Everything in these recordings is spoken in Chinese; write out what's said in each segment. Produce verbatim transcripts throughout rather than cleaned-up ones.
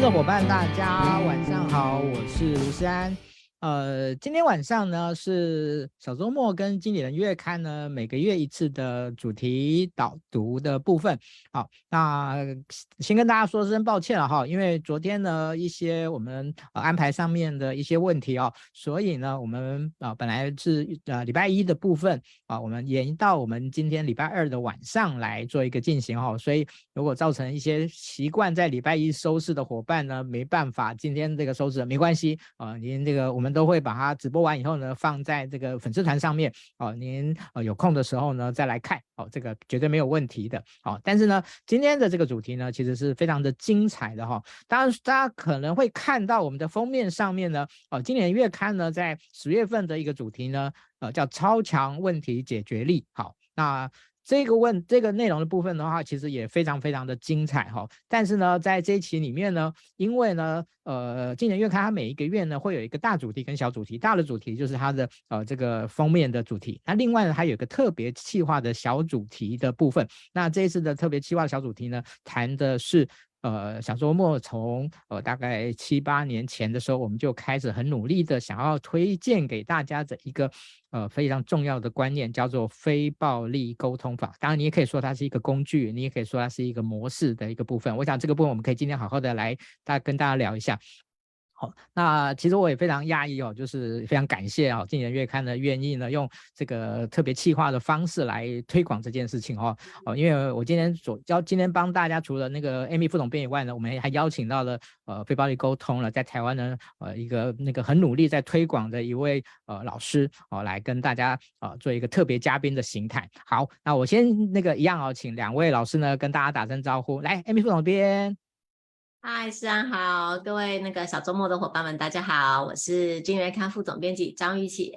的伙伴，大家晚上好，我是卢思安。呃，今天晚上呢是小周末跟经理人月刊呢每个月一次的主题导读的部分。好，那先跟大家说声抱歉了哈，因为昨天呢一些我们、呃、安排上面的一些问题哦，所以呢我们、呃、本来是呃礼拜一的部分啊、呃，我们延到我们今天礼拜二的晚上来做一个进行哈，所以如果造成一些习惯在礼拜一收视的伙伴呢，没办法今天这个收视没关系啊、呃，您这个我们都会把它直播完以后呢，放在这个粉丝团上面哦。您呃有空的时候呢再来看哦，这个绝对没有问题的哦。但是呢，今天的这个主题呢，其实是非常的精彩的哈、哦。当然，大家可能会看到我们的封面上面呢，哦，今年月刊呢在十月份的一个主题呢，呃，叫超强问题解决力。好，那这个问这个内容的部分的话，其实也非常非常的精彩哈、哦。但是呢，在这一期里面呢，因为呢，呃，今年月刊它每一个月呢会有一个大主题跟小主题，大的主题就是它的呃这个封面的主题，那另外呢还有一个特别企划的小主题的部分。那这一次的特别企划的小主题呢，谈的是。呃，小周末从呃大概七八年前的时候，我们就开始很努力的想要推荐给大家的一个呃非常重要的观念，叫做非暴力沟通法。当然，你也可以说它是一个工具，你也可以说它是一个模式的一个部分。我想这个部分我们可以今天好好的来大跟大家聊一下。好，那其实我也非常讶异哦，就是非常感谢啊、哦，经理人月刊呢愿意呢用这个特别企划的方式来推广这件事情哦。哦，因为我今天所邀今天帮大家除了那个 Amy 副总编以外呢，我们还邀请到了呃非暴力沟通了，在台湾呢呃一个那个很努力在推广的一位呃老师哦，来跟大家呃做一个特别嘉宾的形态。好，那我先那个一样哦，请两位老师呢跟大家打声招呼。来 ，Amy 副总编。 嗨，思安好，各位那个小周末的伙伴们，大家好，我是经理人刊副总编辑张玉琪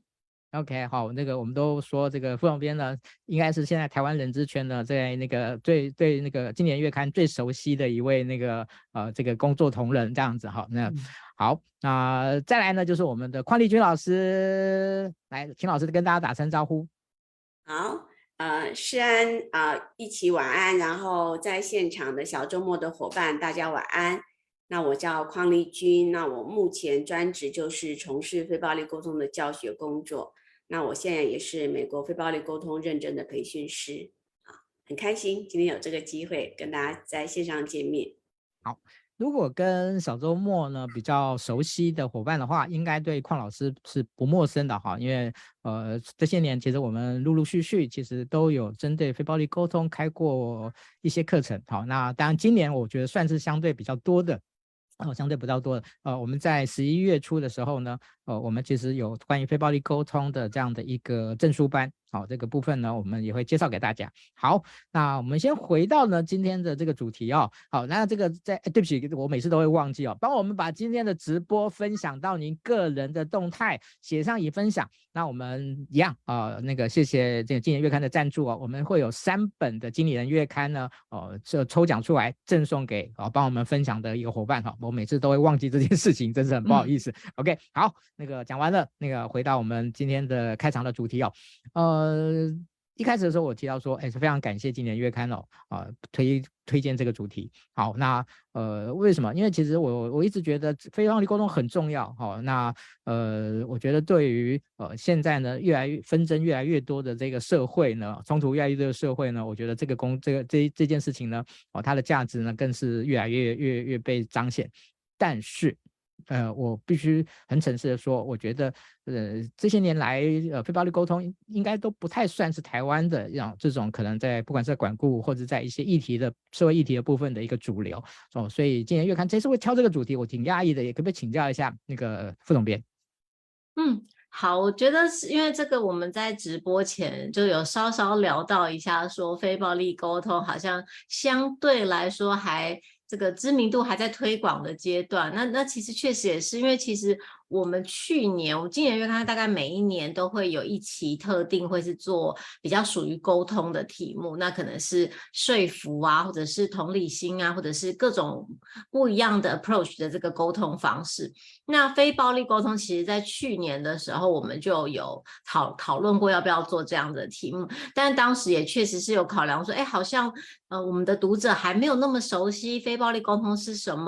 Amy。 OK， 好，那个我们都说这个副总编呢，应该是现在台湾人资圈呢，在那个最对那个今年月刊最熟悉的一位那个呃这个工作同仁这样子哈。那、嗯、好，那、呃、再来呢就是我们的邝丽君老师，来，请老师跟大家打声招呼。 好。呃，诗安啊、呃，一起晚安，然后在现场的小周末的伙伴，大家晚安。那我叫邝丽君，那我目前专职就是从事非暴力沟通的教学工作。那我现在也是美国非暴力沟通认证的培训师，啊，很开心今天有这个机会跟大家在线上见面。 好。如果跟小周末呢比较熟悉的伙伴的话，应该对邝老师是不陌生的哈，因为呃这些年其实我们陆陆续续其实都有针对非暴力沟通开过一些课程。好，那当然今年我觉得算是相对比较多的。哦，相对比较多的，呃，我们在十一月初的时候呢，呃，我们其实有关于非暴力沟通的这样的一个证书班，好、哦，这个部分呢，我们也会介绍给大家。好，那我们先回到呢今天的这个主题哦。好，那这个在，对不起，我每次都会忘记哦，帮我们把今天的直播分享到您个人的动态，写上已分享。那我们一样啊、呃，那个谢谢这个经理人月刊的赞助哦，我们会有三本的经理人月刊呢，哦，这抽奖出来赠送给哦帮我们分享的一个伙伴哈、哦。我每次都会忘记这件事情，真是很不好意思。嗯、OK， 好，那个讲完了，那个回到我们今天的开场的主题哦，呃。一开始的时候我提到说，哎，非常感谢今年月刊哦，啊、呃、推推荐这个主题。好，那呃为什么？因为其实我我一直觉得非暴力沟通很重要。好、哦，那呃我觉得对于呃现在呢越来越纷争越来越多的这个社会呢，冲突越来越多的社会呢，我觉得这个公这个这这件事情呢，哦它的价值呢更是越来越越越被彰显。但是。呃，我必须很诚实的说，我觉得，呃，这些年来，呃，非暴力沟通应该都不太算是台湾的这种可能在不管是在管顾或者在一些议题的社会议题的部分的一个主流哦。所以今年月刊这次会挑这个主题，我挺讶异的，也可不可以请教一下那个副总编？ 嗯，好，我觉得是因为这个我们在直播前就有稍稍聊到一下，说非暴力沟通好像相对来说还。这个知名度还在推广的阶段，那那其实确实也是因为其实我们去年，我今年月刊大概每一年都会有一期特定会是做比较属于沟通的题目，那可能是说服啊，或者是同理心啊，或者是各种不一样的 approach 的这个沟通方式。那非暴力沟通，其实在去年的时候我们就有讨讨论过要不要做这样的题目，但当时也确实是有考量说，哎，好像呃我们的读者还没有那么熟悉非暴力沟通是什么，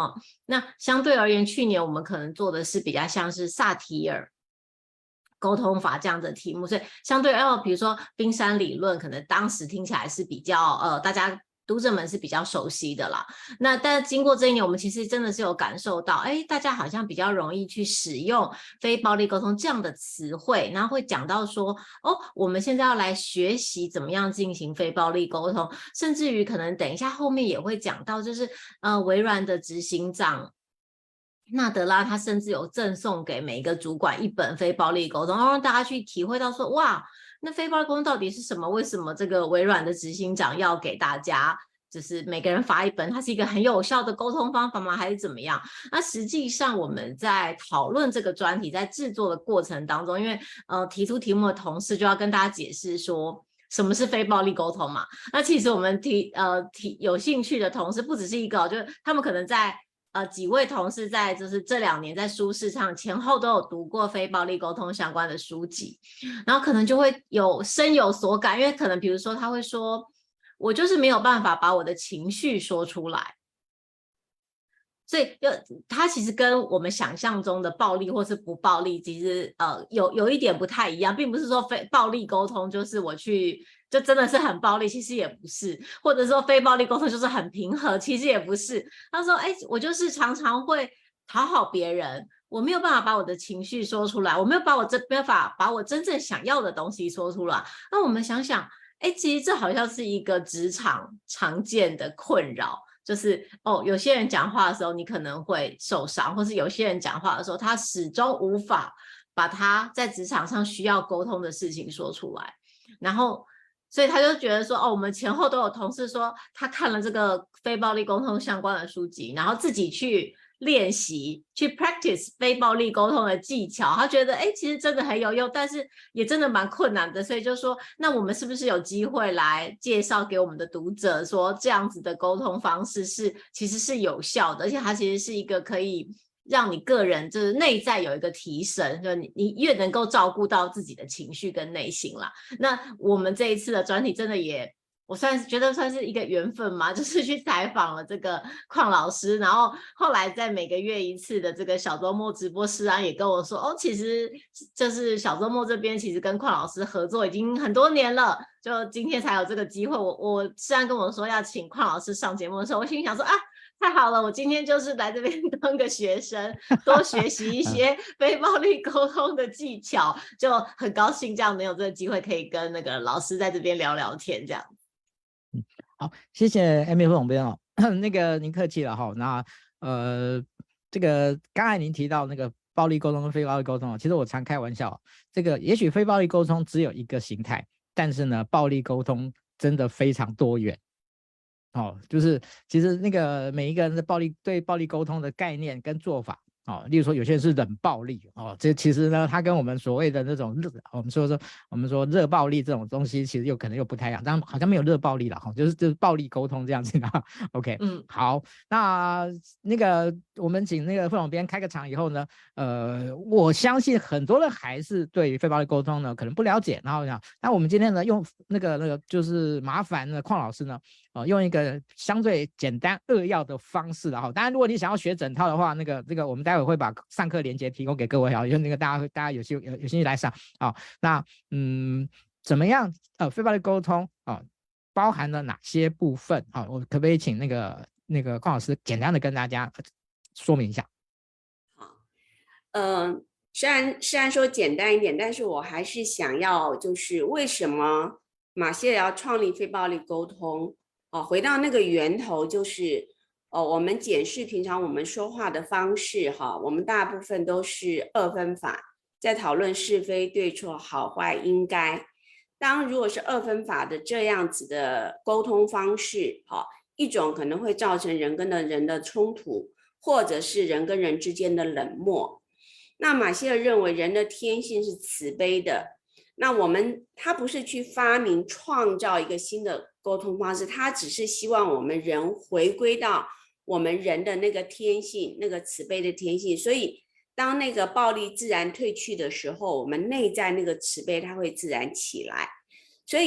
那相对而言，去年我们可能做的是比较像是萨提尔沟通法这样的题目，所以相对哦，比如说冰山理论，可能当时听起来是比较呃，大家读者们是比较熟悉的啦。那但经过这一年，我们其实真的是有感受到，哎，大家好像比较容易去使用非暴力沟通这样的词汇，然后会讲到说，哦，我们现在要来学习怎么样进行非暴力沟通，甚至于可能等一下后面也会讲到，就是呃，微软的执行长纳德拉他甚至有赠送给每一个主管一本非暴力沟通，让大家去体会到说，哇，那非暴力沟通到底是什么？为什么这个微软的执行长要给大家就是每个人发一本？它是一个很有效的沟通方法吗？还是怎么样？那实际上我们在讨论这个专题在制作的过程当中，因为呃提出题目的同事就要跟大家解释说什么是非暴力沟通嘛。那其实我们提呃提有兴趣的同事不只是一个，就是他们可能在呃，几位同事在就是这两年在书市上前后都有读过非暴力沟通相关的书籍，然后可能就会有深有所感，因为可能比如说他会说，我就是没有办法把我的情绪说出来，所以就它其实跟我们想象中的暴力或是不暴力，其实呃有有一点不太一样，并不是说非暴力沟通就是我去就真的是很暴力，其实也不是，或者说非暴力沟通就是很平和，其实也不是。他说，哎，我就是常常会讨好别人，我没有办法把我的情绪说出来，我没有把我这没有办法把我真正想要的东西说出来。那我们想想，哎，其实这好像是一个职场常见的困扰。就是哦，有些人讲话的时候你可能会受伤，或是有些人讲话的时候他始终无法把他在职场上需要沟通的事情说出来，然后所以他就觉得说，哦，我们前后都有同事说他看了这个非暴力沟通相关的书籍，然后自己去练习去 practice 非暴力沟通的技巧，他觉得哎，其实真的很有用，但是也真的蛮困难的，所以就说那我们是不是有机会来介绍给我们的读者说这样子的沟通方式是其实是有效的，而且它其实是一个可以让你个人就是内在有一个提升，就你你越能够照顾到自己的情绪跟内心啦。那我们这一次的专题真的也我算是觉得算是一个缘分嘛，就是去采访了这个邝老师，然后后来在每个月一次的这个小周末直播室啊，也跟我说哦，其实就是小周末这边其实跟邝老师合作已经很多年了，就今天才有这个机会。我我虽然跟我说要请邝老师上节目的时候，我心里想说啊，太好了，我今天就是来这边当个学生，多学习一些非暴力沟通的技巧，就很高兴这样能有这个机会可以跟那个老师在这边聊聊天这样。 好，谢谢 Amy 副总编哦，那个您客气了哈。那呃，这个刚才您提到那个暴力沟通跟非暴力沟通，其实我常开玩笑，这个也许非暴力沟通只有一个形态，但是呢，暴力沟通真的非常多元。哦，就是其实那个每一个人的暴力对暴力沟通的概念跟做法。哦，例如说有些人是冷暴力哦，这其实呢，它跟我们所谓的那种热，我们说说我们说热暴力这种东西，其实有可能又不太一样，但好像没有热暴力了哈，就是就是暴力沟通这样子的。OK， 嗯，好，那那个我们请那个副总编开个场以后呢，呃，我相信很多人还是对于非暴力沟通呢可能不了解，然后呢，那我们今天呢用那个那个就是麻烦呢邝老师呢。哦，用一个相对简单扼要的方式，然后当然，如果你想要学整套的话，那个这个我们待会会把上课链接提供给各位，好，就那个大家大家有兴有有兴趣来上啊、哦。那嗯，怎么样？呃，非暴力沟通啊、哦，包含了哪些部分？好、哦，我可不可以请那个那个邝老师简单的跟大家说明一下？ 好，呃，虽然虽然说简单一点，但是我还是想要，就是为什么马歇尔要创立非暴力沟通？哦，回到那个源头，就是哦，我们检视平常我们说话的方式，哈，我们大部分都是二分法，在讨论是非对错、好坏应该。当如果是二分法的这样子的沟通方式，哈，一种可能会造成人跟人的冲突，或者是人跟人之间的冷漠。那马歇尔认为人的天性是慈悲的。那我们他不是去发明创造一个新的沟通方式，他只是希望我们人回归到我们人的那个天性，那个慈悲的天性。所以当那个暴力自然退去的时候，我们内在那个慈悲它会自然起来。所以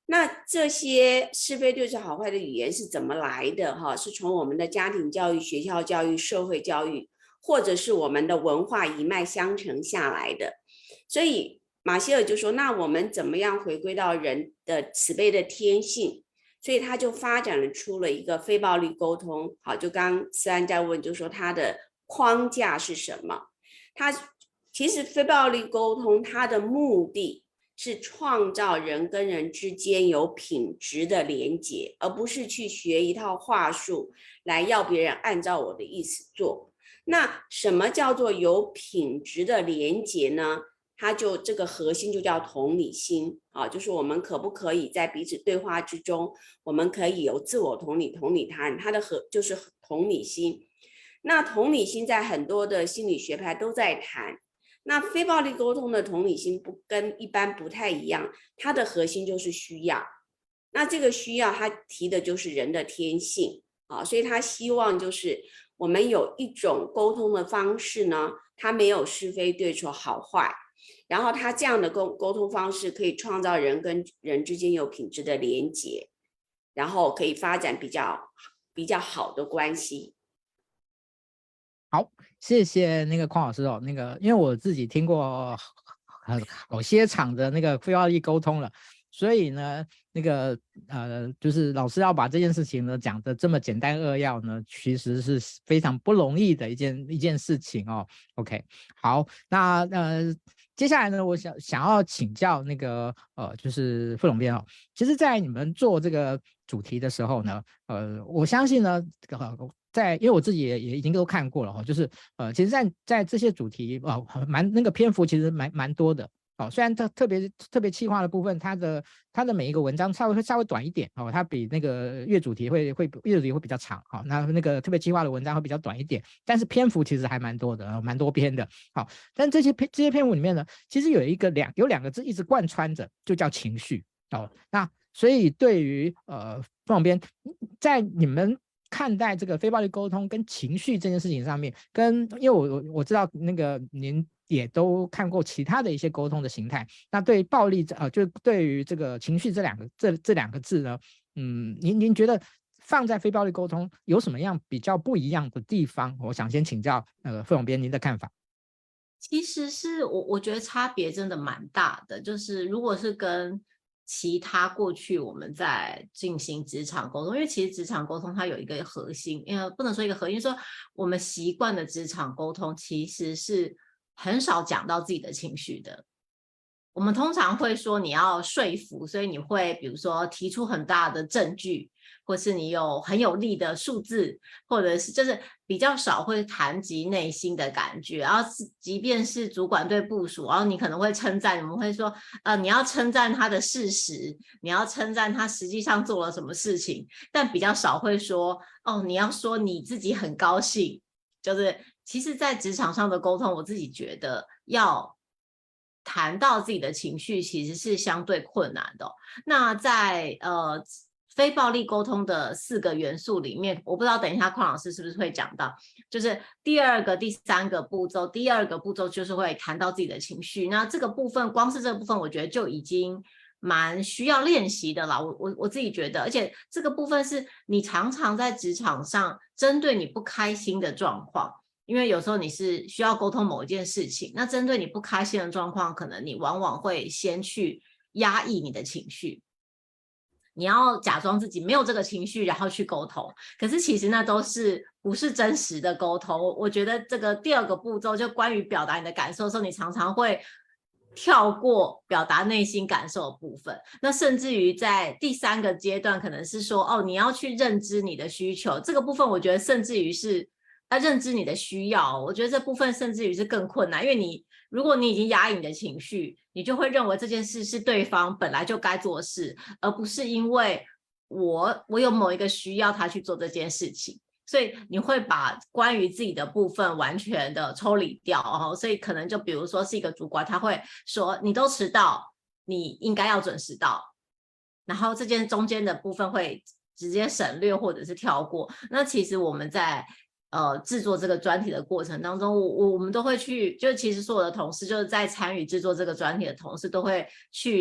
那这些是非对错好坏的语言是怎么来的哈？是从我们的家庭教育、学校教育、社会教育，或者是我们的文化一脉相承下来的。所以马歇尔就说，那我们怎么样回归到人的慈悲的天性？所以他就发展了出了一个非暴力沟通。好，就刚思安在问，就说他的框架是什么？他其实非暴力沟通它的目的是创造人跟人之间有品质的连结，而不是去学一套话术来要别人按照我的意思做。那什么叫做有品质的连结呢？它就这个核心就叫同理心啊，就是我们可不可以在彼此对话之中，我们可以有自我同理，同理他人，它的核就是同理心。那同理心在很多的心理学派都在谈。那非暴力沟通的同理心不跟一般不太一样，它的核心就是需要。那这个需要，它提的就是人的天性啊，所以他希望就是我们有一种沟通的方式呢，它没有是非对错好坏。然后他这样的沟沟通方式可以创造人跟人之间有品质的连结，然后可以发展比较比较好的关系。 好，谢谢那个匡老师哦。那个，因为我自己听过很好些场的那个非暴力沟通了，所以呢，那个呃，就是老师要把这件事情呢讲的这么简单扼要呢，其实是非常不容易的一件一件事情哦。OK， 好，那呃。接下来呢，我想想要请教那个呃，就是副总编哦。其实，在你们做这个主题的时候呢，呃，我相信呢，呃，在因为我自己也也已经都看过了哈，就是呃，其实在，在在这些主题啊，呃，蛮那个篇幅其实蛮蛮多的。哦，虽然它特别特别企划的部分，它的它的每一个文章稍微会稍微短一点哦，它比那个月主题会会月主题会比较长。好，哦，那那个特别企划的文章会比较短一点，但是篇幅其实还蛮多的，哦，蛮多篇的。好，但这些篇这些篇幅里面呢，其实有一个两有两个字一直贯穿着，就叫情绪哦。那所以对于呃副总编，在你们看待这个非暴力沟通跟情绪这件事情上面，跟因为我我我知道那个您也都看过其他的一些沟通的形态，那对暴力呃，就对于这个情绪这两个这这两个字呢，嗯，您您觉得放在非暴力沟通有什么样比较不一样的地方？我想先请教呃副总编您的看法。 其实是我我觉得差别真的蛮大的，就是如果是跟其他过去我们在进行职场沟通，因为其实职场沟通它有一个核心，因为不能说一个核心，说我们习惯的职场沟通其实是很少讲到自己的情绪的。我们通常会说你要说服，所以你会比如说提出很大的证据，或是你有很有力的数字，或者是就是比较少会谈及内心的感觉。然后即便是主管对部属，然后你可能会称赞，你们会说呃，你要称赞他的事实，你要称赞他实际上做了什么事情，但比较少会说哦，你要说你自己很高兴。就是其实在职场上的沟通，我自己觉得要谈到自己的情绪其实是相对困难的，哦。那在呃非暴力沟通的四个元素里面，我不知道等一下邝老师是不是会讲到，就是第二个、第三个步骤，第二个步骤就是会谈到自己的情绪。那这个部分，光是这个部分，我觉得就已经蛮需要练习的啦。我我我自己觉得，而且这个部分是你常常在职场上针对你不开心的状况。因为有时候你是需要沟通某一件事情，那针对你不开心的状况，可能你往往会先去压抑你的情绪，你要假装自己没有这个情绪，然后去沟通。可是其实那都是不是真实的沟通。我觉得这个第二个步骤，就关于表达你的感受的时候，你常常会跳过表达内心感受的部分。那甚至于在第三个阶段，可能是说哦，你要去认知你的需求。这个部分我觉得甚至于是要认知你的需要，我觉得这部分甚至于是更困难，因为你如果你已经压抑你的情绪，你就会认为这件事是对方本来就该做的事，而不是因为我我有某一个需要他去做这件事情，所以你会把关于自己的部分完全的抽离掉。哦，所以可能就比如说是一个主管，他会说你都迟到，你应该要准时到，然后这件中间的部分会直接省略或者是跳过。那其实我们在呃，制作这个专题的过程当中，我我们都会去，就其实所有的同事就是在参与制作这个专题的同事都会去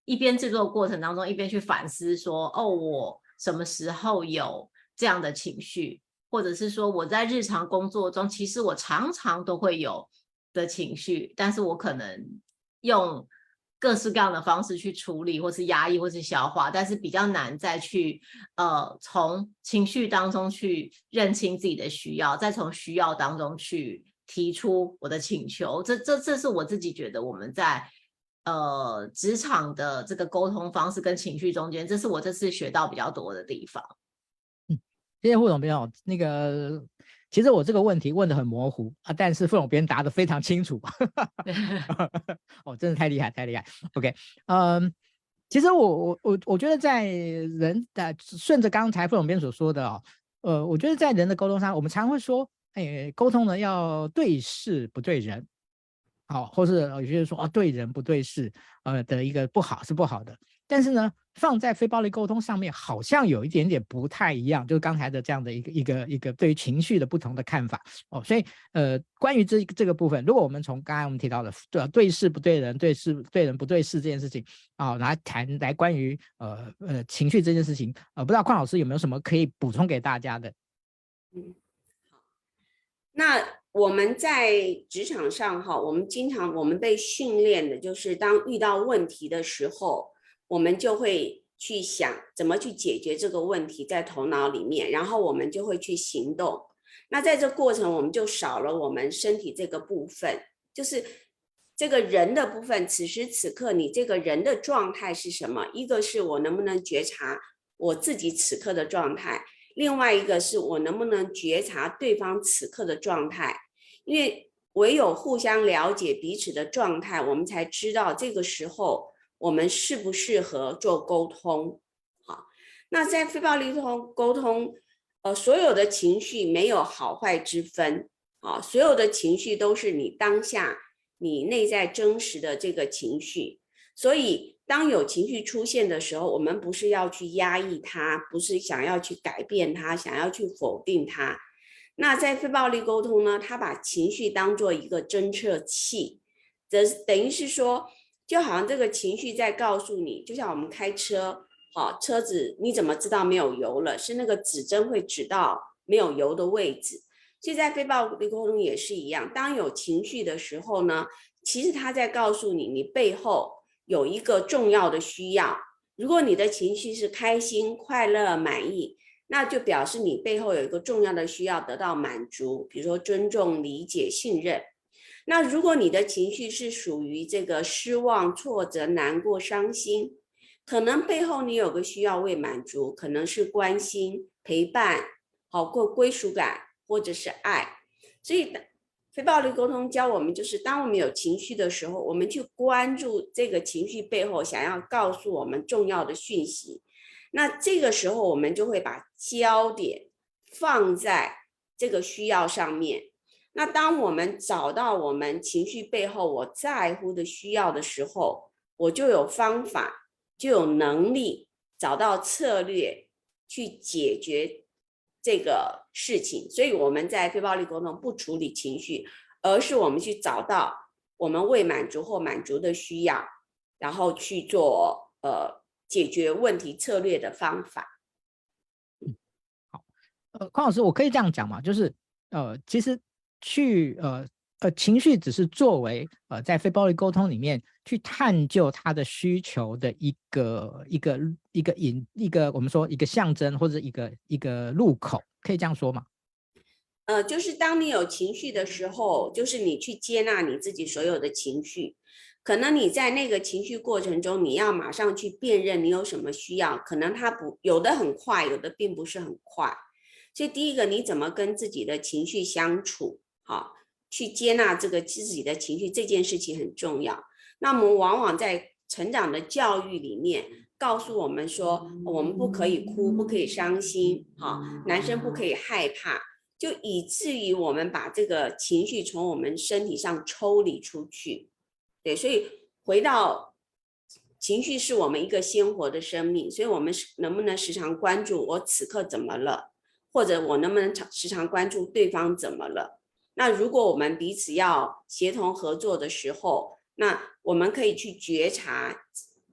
一边制作过程当中，一边去反思说，哦，我什么时候有这样的情绪，或者是说我在日常工作中，其实我常常都会有的情绪，但是我可能用各式各样的方式去处理，或是压抑，或是消化，但是比较难再去呃从情绪当中去认清自己的需要，再从需要当中去提出我的请求。这这这是我自己觉得我们在呃职场的这个沟通方式跟情绪中间，这是我这次学到比较多的地方。 嗯，谢谢副总编哦。那个其实我这个问题问得很模糊啊，但是副总编答得非常清楚。哦，真的太厉害，太厉害。OK， 嗯，其实我我我我觉得在人的顺着刚才副总编所说的哦，呃，我觉得在人的沟通上，我们常会说，哎，沟通呢要对事不对人。好，或是有些人说啊，对人不对事，呃的一个不好是不好的，但是呢，放在非暴力沟通上面，好像有一点点不太一样，就是刚才的这样的一个一个一个对于情绪的不同的看法哦。所以呃，关于这这个部分，如果我们从刚才我们提到的对对事不对人，对事对人不对事这件事情啊，来谈来关于呃呃情绪这件事情，呃，不知道邝老师有没有什么可以补充给大家的？ 嗯，好，那我们在职场上哈，我们经常我们被训练的就是当遇到问题的时候，我们就会去想怎么去解决这个问题，在头脑里面，然后我们就会去行动。那在这过程，我们就少了我们身体这个部分，就是这个人的部分。此时此刻，你这个人的状态是什么？一个是我能不能觉察我自己此刻的状态，另外一个是我能不能觉察对方此刻的状态。因为唯有互相了解彼此的状态，我们才知道这个时候我们适不适合做沟通。好，那在非暴力沟通，呃，所有的情绪没有好坏之分，啊，所有的情绪都是你当下你内在真实的这个情绪。所以当有情绪出现的时候，我们不是要去压抑它，不是想要去改变它，想要去否定它。那在非暴力沟通呢，他把情绪当作一个侦测器，等于是说，就好像这个情绪在告诉你，就像我们开车，好，车子你怎么知道没有油了？是那个指针会指到没有油的位置。所以在非暴力沟通也是一样，当有情绪的时候呢，其实他在告诉你，你背后有一个重要的需要。如果你的情绪是开心、快乐、满意，那就表示你背后有一个重要的需要得到满足，比如说尊重、理解、信任。那如果你的情绪是属于这个失望、挫折、难过、伤心，可能背后你有个需要未满足，可能是关心、陪伴，好过归属感或者是爱。所以非暴力沟通教我们，就是当我们有情绪的时候，我们去关注这个情绪背后想要告诉我们重要的讯息。那这个时候我们就会把焦点放在这个需要上面。那当我们找到我们情绪背后我在乎的需要的时候，我就有方法，就有能力找到策略去解决这个事情。所以我们在非暴力沟通不处理情绪，而是我们去找到我们未满足或满足的需要，然后去做呃解决问题策略的方法。 嗯，好，呃，邝老师，我可以这样讲嘛？就是呃，其实去呃呃，情绪只是作为呃在非暴力沟通里面去探究他的需求的一个一个一个引一个我们说一个象征或者一个一个入口，可以这样说吗？ 呃，就是当你有情绪的时候，就是你去接纳你自己所有的情绪。可能你在那个情绪过程中，你要马上去辨认你有什么需要，可能它不有的很快，有的并不是很快。所以第一个，你怎么跟自己的情绪相处，好，去接纳这个自己的情绪，这件事情很重要。那我们往往在成长的教育里面告诉我们说，我们不可以哭，不可以伤心，好，男生不可以害怕，就以至于我们把这个情绪从我们身体上抽离出去。对，所以回到情绪是我们一个鲜活的生命，所以我们能不能时常关注我此刻怎么了，或者我能不能时常关注对方怎么了。那如果我们彼此要协同合作的时候，那我们可以去觉察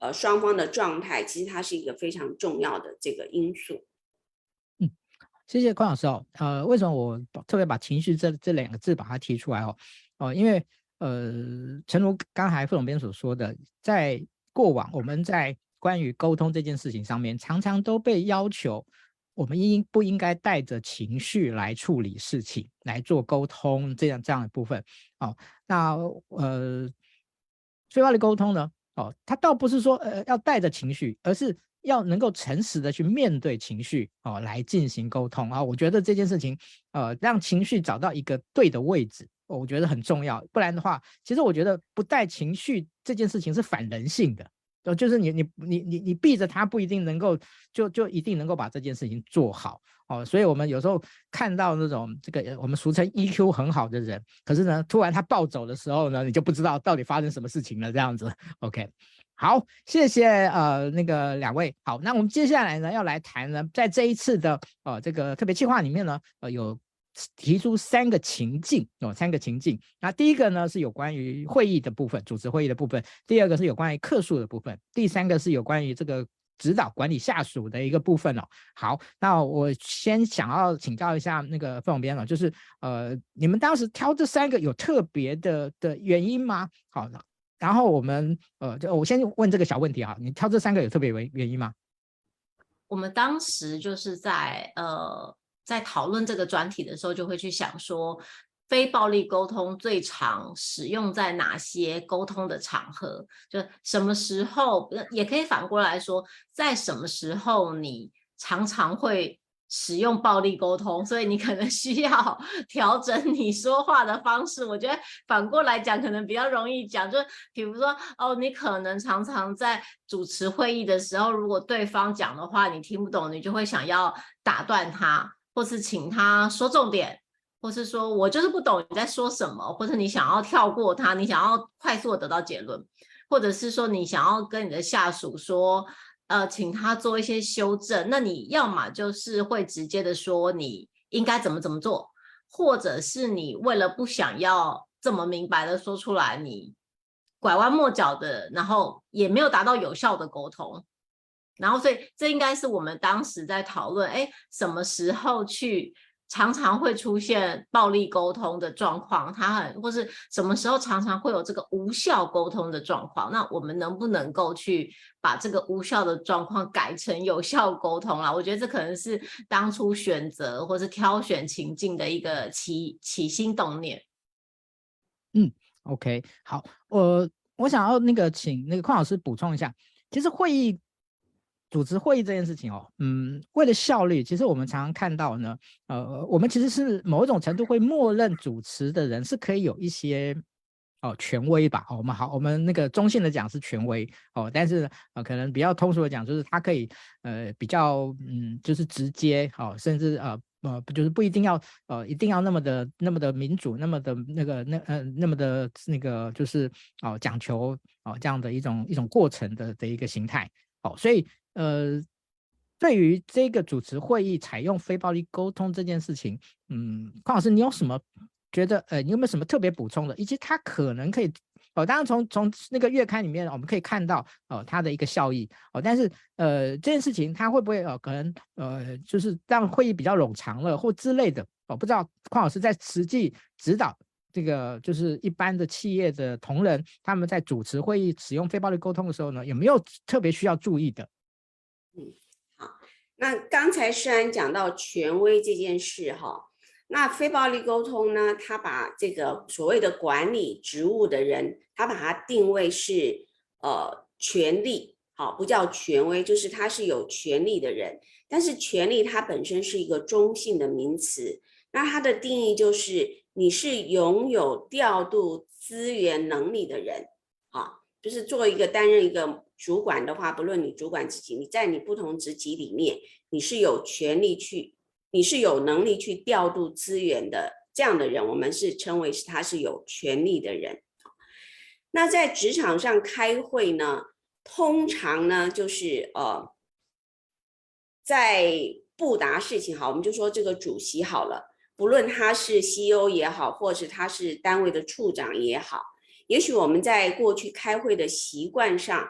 呃双方的状态，其实它是一个非常重要的这个因素。 嗯，谢谢邝老师哦。呃，为什么我特别把情绪这这两个字把它提出来哦？哦，因为呃，诚如刚才副总编所说的，在过往我们在关于沟通这件事情上面，常常都被要求我们应不应该带着情绪来处理事情，来做沟通这样这样的部分。哦，那呃，非暴力沟通呢？哦，它倒不是说呃要带着情绪，而是要能够诚实的去面对情绪哦，来进行沟通啊。我觉得这件事情，呃，让情绪找到一个对的位置，哦，我觉得很重要。不然的话，其实我觉得不带情绪这件事情是反人性的。哦，就是你你你你你逼着他不一定能够就就一定能够把这件事情做好哦，所以我们有时候看到那种这个我们俗称 E Q 很好的人，可是呢，突然他暴走的时候呢，你就不知道到底发生什么事情了，这样子。OK， 好，谢谢呃那个两位。好，那我们接下来呢要来谈呢，在这一次的呃这个特别企划里面呢，呃有提出三个情境哦，三个情境。那第一个呢是有关于会议的部分，主持会议的部分；第二个是有关于客诉的部分；第三个是有关于这个指导管理下属的一个部分哦。好，那我先想要请教一下那个副总编了，就是呃，你们当时挑这三个有特别的的原因吗？好，然后我们呃，就我先问这个小问题啊，你挑这三个有特别原因吗？ 我们当时就是在呃。在讨论这个专题的时候，就会去想说，非暴力沟通最常使用在哪些沟通的场合？就什么时候，也可以反过来说，在什么时候你常常会使用暴力沟通，所以你可能需要调整你说话的方式。我觉得反过来讲可能比较容易讲，就比如说哦，你可能常常在主持会议的时候，如果对方讲的话你听不懂，你就会想要打断他，或是请他说重点，或是说我就是不懂你在说什么，或者你想要跳过他，你想要快速的得到结论，或者是说你想要跟你的下属说呃，请他做一些修正，那你要么就是会直接的说你应该怎么怎么做，或者是你为了不想要这么明白的说出来，你拐弯抹角的，然后也没有达到有效的沟通。然后所以这应该是我们当时在讨论，哎，什么时候去常常会出现暴力沟通的状况，它很或是什么时候常常会有这个无效沟通的状况，那我们能不能够去把这个无效的状况改成有效沟通啦？我觉得这可能是当初选择或是挑选情境的一个起起心动念。 嗯 OK， 好，我我想要那个请那个邝老师补充一下，其实会议组织会议这件事情哦，嗯，为了效率，其实我们常常看到呢，呃，我们其实是某一种程度会默认主持的人是可以有一些哦权威吧，哦，我们好，我们那个中性的讲是权威哦，但是呃可能比较通俗的讲就是他可以呃比较嗯就是直接哦，甚至呃。呃，就是不一定要呃，一定要那么的那么的民主，那么的那个那呃那么的那个就是哦讲求哦这样的一种一种过程的的一个形态哦，所以呃，对于这个主持会议采用非暴力沟通这件事情，嗯，邝老师你有什么觉得呃你有没有什么特别补充的，以及它可能可以哦，当然从从那个月刊里面我们可以看到哦它的一个效益哦，但是呃这件事情它会不会呃可能呃就是让会议比较冗长了或之类的哦，不知道邝老师在实际指导这个就是一般的企业的同仁他们在主持会议使用非暴力沟通的时候呢，有没有特别需要注意的？ 嗯，好，那刚才诗安讲到权威这件事哈。那非暴力沟通呢，他把这个所谓的管理职务的人，他把它定位是呃权力，好，不叫权威，就是他是有权力的人。但是权力它本身是一个中性的名词，那它的定义就是你是拥有调度资源能力的人，好，就是做一个担任一个主管的话，不论你主管职级，你在你不同职级里面，你是有权利去。你是有能力去调度资源的这样的人，我们是称为是他是有权力的人。那在职场上开会呢，通常呢就是呃，在布达事情好，我们就说这个主席好了，不论他是 C E O 也好，或是他是单位的处长也好，也许我们在过去开会的习惯上，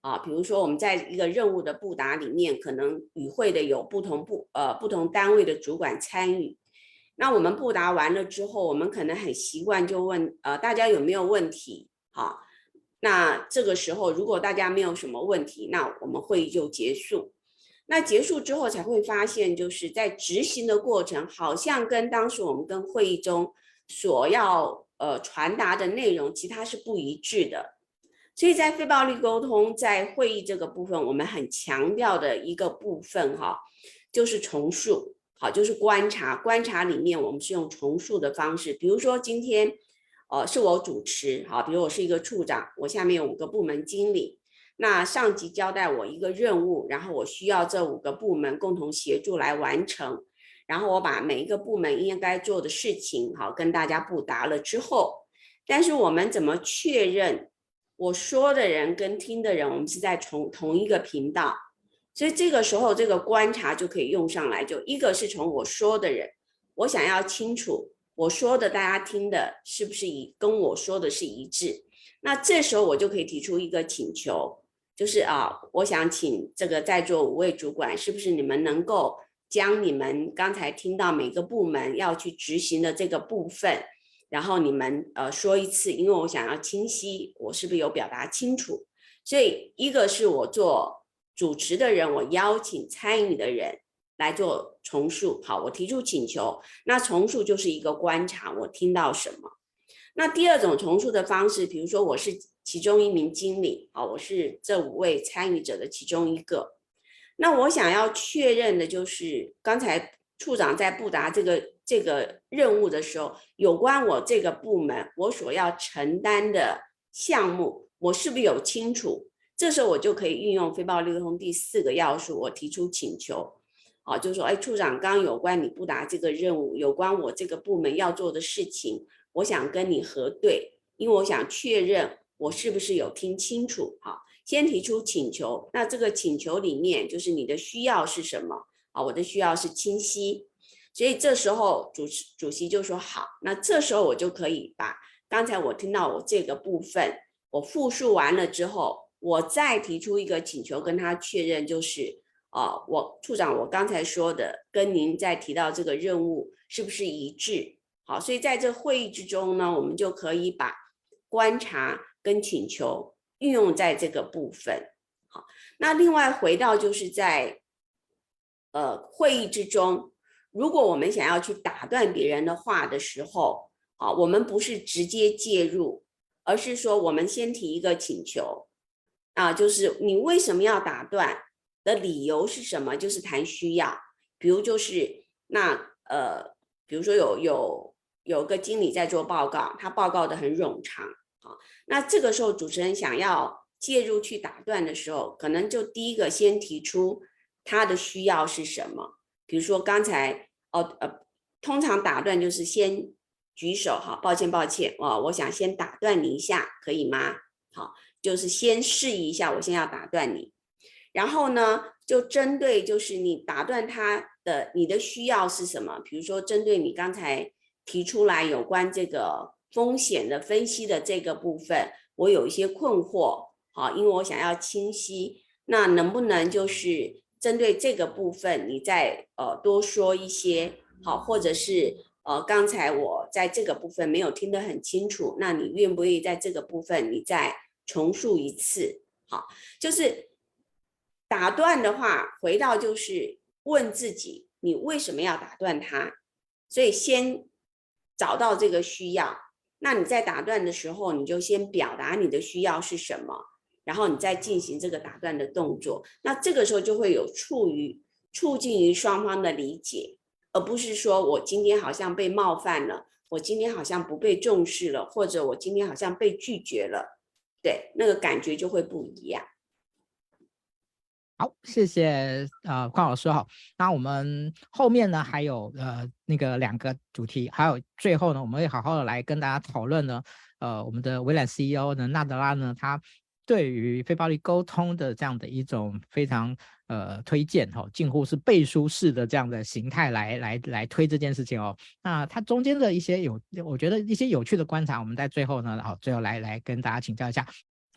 啊，比如说我们在一个任务的布达里面，可能与会的有不同部呃不同单位的主管参与。那我们布达完了之后，我们可能很习惯就问呃大家有没有问题？好，那这个时候如果大家没有什么问题，那我们会议就结束。那结束之后才会发现，就是在执行的过程，好像跟当时我们跟会议中所要呃传达的内容，其实它是不一致的。所以在非暴力沟通，在会议这个部分，我们很强调的一个部分哈，就是重述，好，就是观察。观察里面我们是用重述的方式，比如说今天呃是我主持，好，比如我是一个处长，我下面有五个部门经理，那上级交代我一个任务，然后我需要这五个部门共同协助来完成，然后我把每一个部门应该做的事情好跟大家布达了之后，但是我们怎么确认我说的人跟听的人我们是在同同一个频道？所以这个时候这个观察就可以用上来，就一个是从我说的人，我想要清楚我说的大家听的是不是一跟我说的是一致，那这时候我就可以提出一个请求，就是啊，我想请这个在座五位主管，是不是你们能够将你们刚才听到每个部门要去执行的这个部分，然后你们呃说一次，因为我想要清晰，我是不是有表达清楚？所以一个是我做主持的人，我邀请参与的人来做重述，好，我提出请求，那重述就是一个观察，我听到什么。那第二种重述的方式，比如说我是其中一名经理，好，我是这五位参与者的其中一个，那我想要确认的就是刚才处长在布达这个这个任务的时候，有关我这个部门我所要承担的项目，我是不是有清楚？这时候我就可以运用非暴力沟通第四个要素，我提出请求，好，就是说，哎，处长，刚刚有关你布达这个任务，有关我这个部门要做的事情，我想跟你核对，因为我想确认我是不是有听清楚。好，先提出请求，那这个请求里面就是你的需要是什么？啊，我的需要是清晰，所以这时候主主席就说好，那这时候我就可以把刚才我听到我这个部分我复述完了之后，我再提出一个请求跟他确认，就是呃，我处长我刚才说的跟您在提到这个任务是不是一致？好，所以在这会议之中呢，我们就可以把观察跟请求运用在这个部分。好，那另外回到就是在呃会议之中，如果我们想要去打断别人的话的时候，啊，我们不是直接介入，而是说我们先提一个请求，啊，就是你为什么要打断的理由是什么？就是谈需要，比如就是那呃，比如说有有有个经理在做报告，他报告的很冗长，啊，那这个时候主持人想要介入去打断的时候，可能就第一个先提出他的需要是什么，比如说刚才哦呃，通常打断就是先举手，好，抱歉抱歉，哦，我想先打断你一下，可以吗？好，就是先示意一下，我先要打断你，然后呢，就针对就是你打断他的你的需要是什么？比如说针对你刚才提出来有关这个风险的分析的这个部分，我有一些困惑，好，因为我想要清晰，那能不能就是针对这个部分，你再呃多说一些，好，或者是呃刚才我在这个部分没有听得很清楚，那你愿不愿意在这个部分你再重述一次？好，就是打断的话，回到就是问自己，你为什么要打断他？所以先找到这个需要，那你在打断的时候，你就先表达你的需要是什么，然后你再进行这个打断的动作。那这个时候就会有促于促进于双方的理解，而不是说我今天好像被冒犯了，我今天好像不被重视了，或者我今天好像被拒绝了，对，那个感觉就会不一样。 好，谢谢呃邝老师好。那我们后面呢还有呃那个两个主题，还有最后呢，我们会好好的来跟大家讨论呢，呃我们的微软 C E O 呢纳德拉呢，他对于非暴力沟通的这样的一种非常呃推荐哦，近乎是背书式的这样的形态来来来推这件事情哦。那它中间的一些有，我觉得一些有趣的观察，我们在最后呢，好，最后来来跟大家请教一下。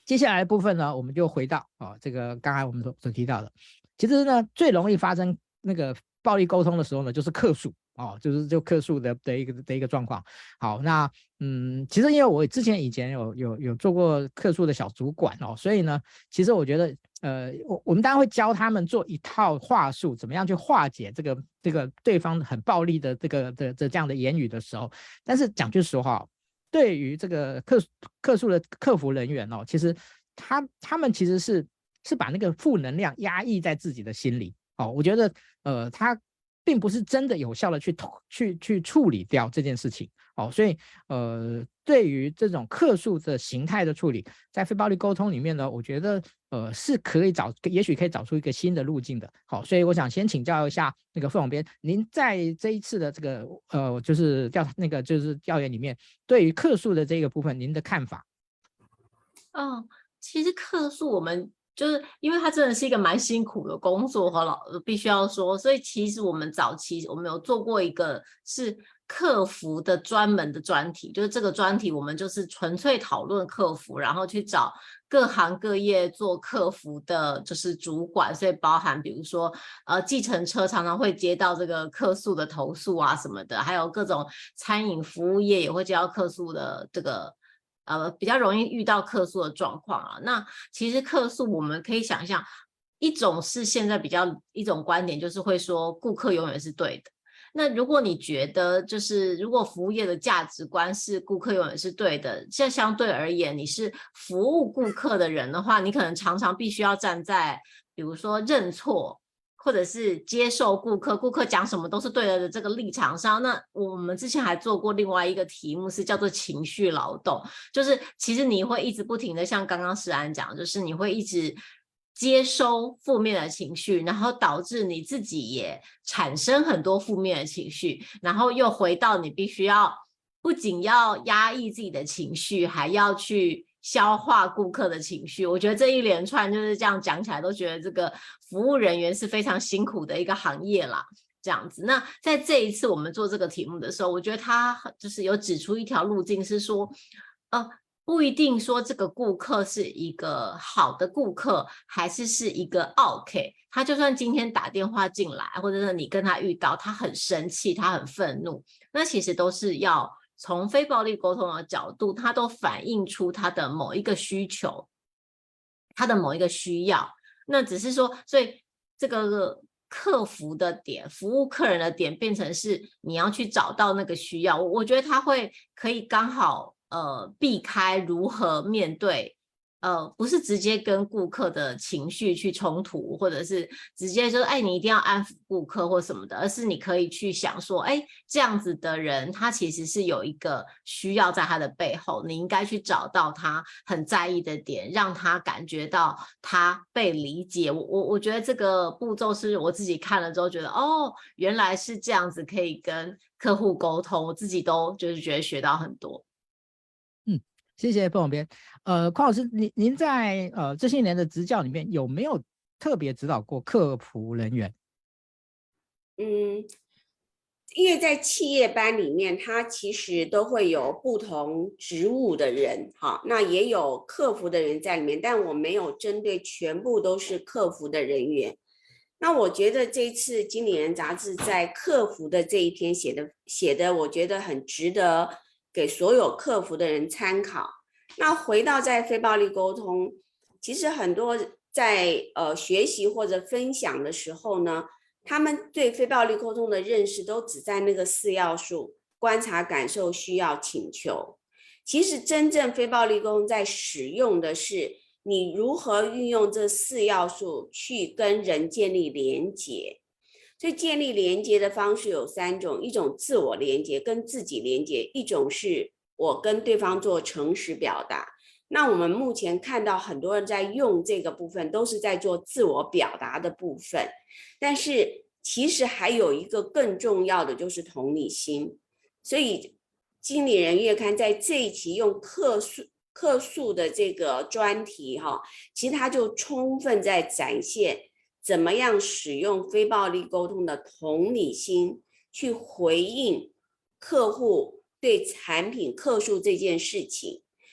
接下来的部分呢，我们就回到哦，这个刚才我们所所提到的，其实呢，最容易发生那个暴力沟通的时候呢，就是客诉哦，就是就客诉的的一个的一个状况。好，那嗯，其实因为我之前以前有有有做过客诉的小主管哦，所以呢，其实我觉得呃，我我们当然会教他们做一套话术，怎么样去化解这个这个对方很暴力的这个的的这样的言语的时候，但是讲句实话，对于这个客客诉的客服人员哦，其实他他们其实是是把那个负能量压抑在自己的心里哦，我觉得呃，他并不是真的有效的去去去处理掉这件事情哦，所以呃，对于这种客诉的形态的处理，在非暴力沟通里面呢，我觉得呃是可以找，也许可以找出一个新的路径的。好，所以我想先请教一下那个副总编，您在这一次的这个呃就是调那个就是调研里面，对于客诉的这个部分，您的看法？ 哦，其实客诉我们就是因为它真的是一个蛮辛苦的工作和老必须要说，所以其实我们早期我们有做过一个是客服的专门的专题，就是这个专题我们就是纯粹讨论客服，然后去找各行各业做客服的就是主管，所以包含比如说呃计程车常常会接到这个客诉的投诉啊什么的，还有各种餐饮服务业也会接到客诉的这个呃，比较容易遇到客诉的状况啊。那其实客诉我们可以想象，一种是现在比较一种观点，就是会说顾客永远是对的。那如果你觉得就是如果服务业的价值观是顾客永远是对的，这相对而言你是服务顾客的人的话，你可能常常必须要站在比如说认错，或者是接受顾客，顾客讲什么都是对的这个立场上。那我们之前还做过另外一个题目是叫做情绪劳动，就是其实你会一直不停的像刚刚诗安讲，就是你会一直接收负面的情绪，然后导致你自己也产生很多负面的情绪，然后又回到你必须要不仅要压抑自己的情绪，还要去消化顾客的情绪。我觉得这一连串就是这样讲起来都觉得这个服务人员是非常辛苦的一个行业啦，这样子。那在这一次我们做这个题目的时候，我觉得他就是有指出一条路径是说呃不一定说这个顾客是一个好的顾客，还是是一个 OK， 他就算今天打电话进来，或者是你跟他遇到他很生气，他很愤怒，那其实都是要从非暴力沟通的角度，他都反映出他的某一个需求，他的某一个需要。那只是说，所以这个客服的点，服务客人的点变成是你要去找到那个需要。我我觉得他会可以刚好呃避开如何面对呃不是直接跟顾客的情绪去冲突，或者是直接就是哎你一定要安抚顾客或什么的，而是你可以去想说哎这样子的人他其实是有一个需要在他的背后，你应该去找到他很在意的点，让他感觉到他被理解。我我我觉得这个步骤是我自己看了之后觉得哦原来是这样子可以跟客户沟通，我自己都就是觉得学到很多。 嗯，谢谢副总编。呃，邝老师，您您在呃这些年的执教里面有没有特别指导过客服人员？ 嗯，因为在企业班里面，它其实都会有不同职务的人，哈，那也有客服的人在里面，但我没有针对全部都是客服的人员。那我觉得这次《经理人》杂志在客服的这一篇写的写的，我觉得很值得给所有客服的人参考。那回到在非暴力沟通，其实很多在呃学习或者分享的时候呢，他们对非暴力沟通的认识都只在那个四要素：观察、感受、需要、请求。其实真正非暴力沟通在使用的是你如何运用这四要素去跟人建立连结。所以建立连结的方式有三种：一种自我连结，跟自己连结；一种是我跟对方做诚实表达。那我们目前看到很多人在用这个部分都是在做自我表达的部分，但是其实还有一个更重要的就是同理心。所以经理人月刊在这一期用客诉客诉的这个专题哈，其实它就充分在展现怎么样使用非暴力沟通的同理心去回应客户对产品客诉这件事情，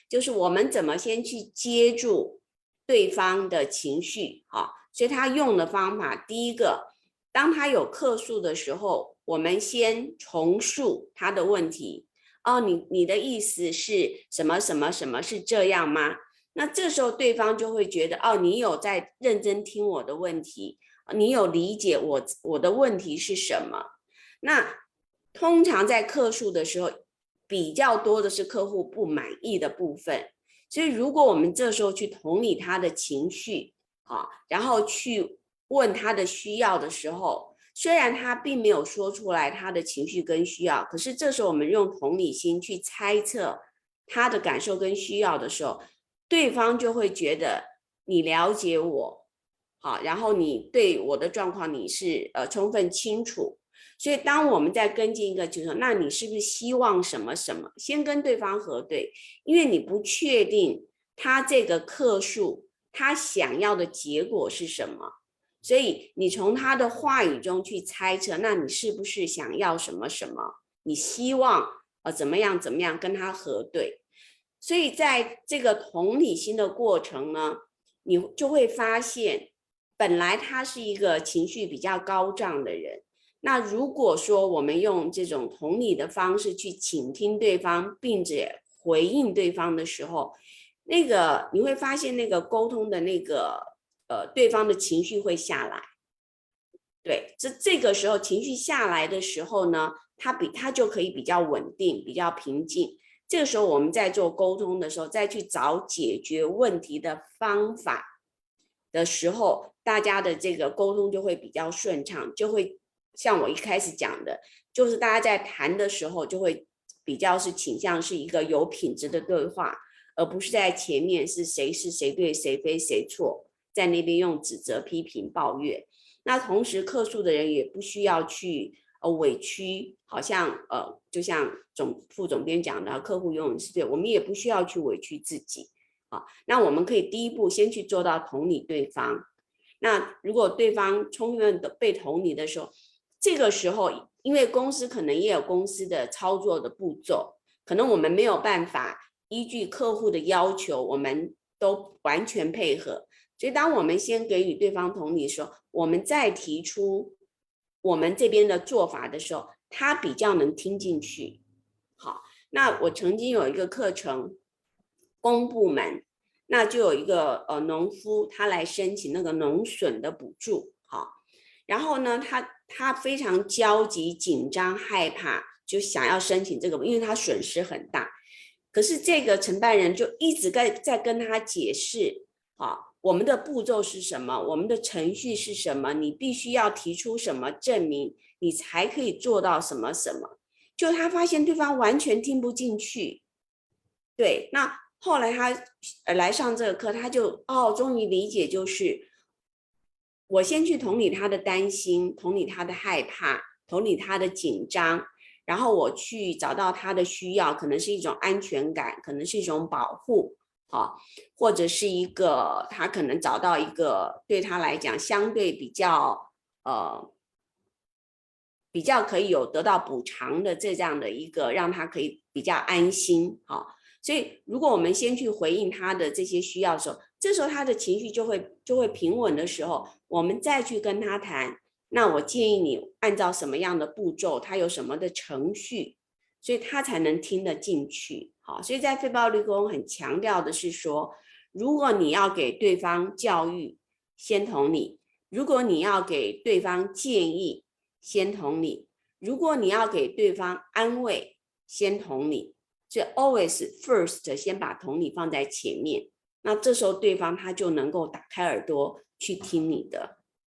就是我们怎么先去接住对方的情绪啊。所以他用的方法，第一个，当他有客诉的时候，我们先重述他的问题。哦，你你的意思是什么什么什么，是这样吗？那这时候对方就会觉得，哦，你有在认真听我的问题，你有理解我我的问题是什么。那通常在客诉的时候，比较多的是客户不满意的部分，所以如果我们这时候去同理他的情绪，啊，然后去问他的需要的时候，虽然他并没有说出来他的情绪跟需要，可是这时候我们用同理心去猜测他的感受跟需要的时候，对方就会觉得你了解我，好，然后你对我的状况你是呃充分清楚。所以当我们在跟进一个，就是说，那你是不是希望什么什么？先跟对方核对，因为你不确定他这个客诉他想要的结果是什么，所以你从他的话语中去猜测，那你是不是想要什么什么？你希望呃怎么样怎么样跟他核对？所以在这个同理心的过程呢，你就会发现，本来他是一个情绪比较高涨的人，那如果说我们用这种同理的方式去倾听对方，并且回应对方的时候，那个你会发现那个沟通的那个呃对方的情绪会下来。对，这这个时候情绪下来的时候呢，他比他就可以比较稳定，比较平静。这个时候我们在做沟通的时候，再去找解决问题的方法的时候，大家的这个沟通就会比较顺畅，就会像我一开始讲的，就是大家在谈的时候就会比较是倾向是一个有品质的对话，而不是在前面是谁是谁对谁非谁错，在那边用指责批评抱怨。那同时客诉的人也不需要去呃委屈，好像呃就像总副总编讲的，客户永远是对，我们也不需要去委屈自己啊。那我们可以第一步先去做到同理对方。那如果对方充分的被同理的时候，这个时候因为公司可能也有公司的操作的步骤，可能我们没有办法依据客户的要求，我们都完全配合。所以当我们先给予对方同理的时候，我们再提出我们这边的做法的时候，他比较能听进去。好，那我曾经有一个课程，公部门，那就有一个呃农夫，他来申请那个农损的补助，好，然后呢，他他非常焦急、紧张、害怕，就想要申请这个，因为他损失很大。可是这个承办人就一直在在跟他解释，好，我们的步骤是什么，我们的程序是什么，你必须要提出什么证明，你才可以做到什么什么。就他发现对方完全听不进去，对，那后来他来上这个课，他就哦，终于理解，就是我先去同理他的担心，同理他的害怕，同理他的紧张，然后我去找到他的需要，可能是一种安全感，可能是一种保护，啊，或者是一个他可能找到一个对他来讲相对比较呃比较可以有得到补偿的这样的一个让他可以比较安心，啊，所以如果我们先去回应他的这些需要的时候，这时候他的情绪就会就会平稳的时候，我们再去跟他谈，那我建议你按照什么样的步骤，他有什么的程序，所以他才能听得进去。好，所以在非暴力沟通很强调的是说，如果你要给对方教育，先同理；如果你要给对方建议，先同理；如果你要给对方安慰，先同理。所以 always first 先把同理放在前面，那这时候对方他就能够打开耳朵去听你的。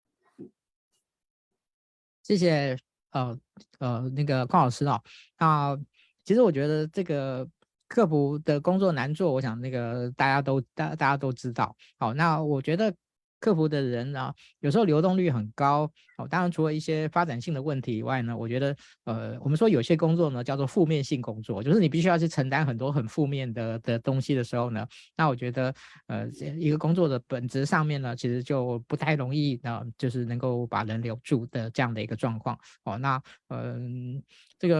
谢谢呃呃那个邝老师哦。那其实我觉得这个客服的工作难做，我想那个大家都大大家都知道。好，那我觉得客服的人呢，有时候流动率很高。哦，当然除了一些发展性的问题以外呢，我觉得呃，我们说有些工作呢叫做负面性工作，就是你必须要去承担很多很负面的的东西的时候呢，那我觉得呃，一个工作的本质上面呢，其实就不太容易呢、呃，就是能够把人留住的这样的一个状况。哦，那嗯、呃，这个我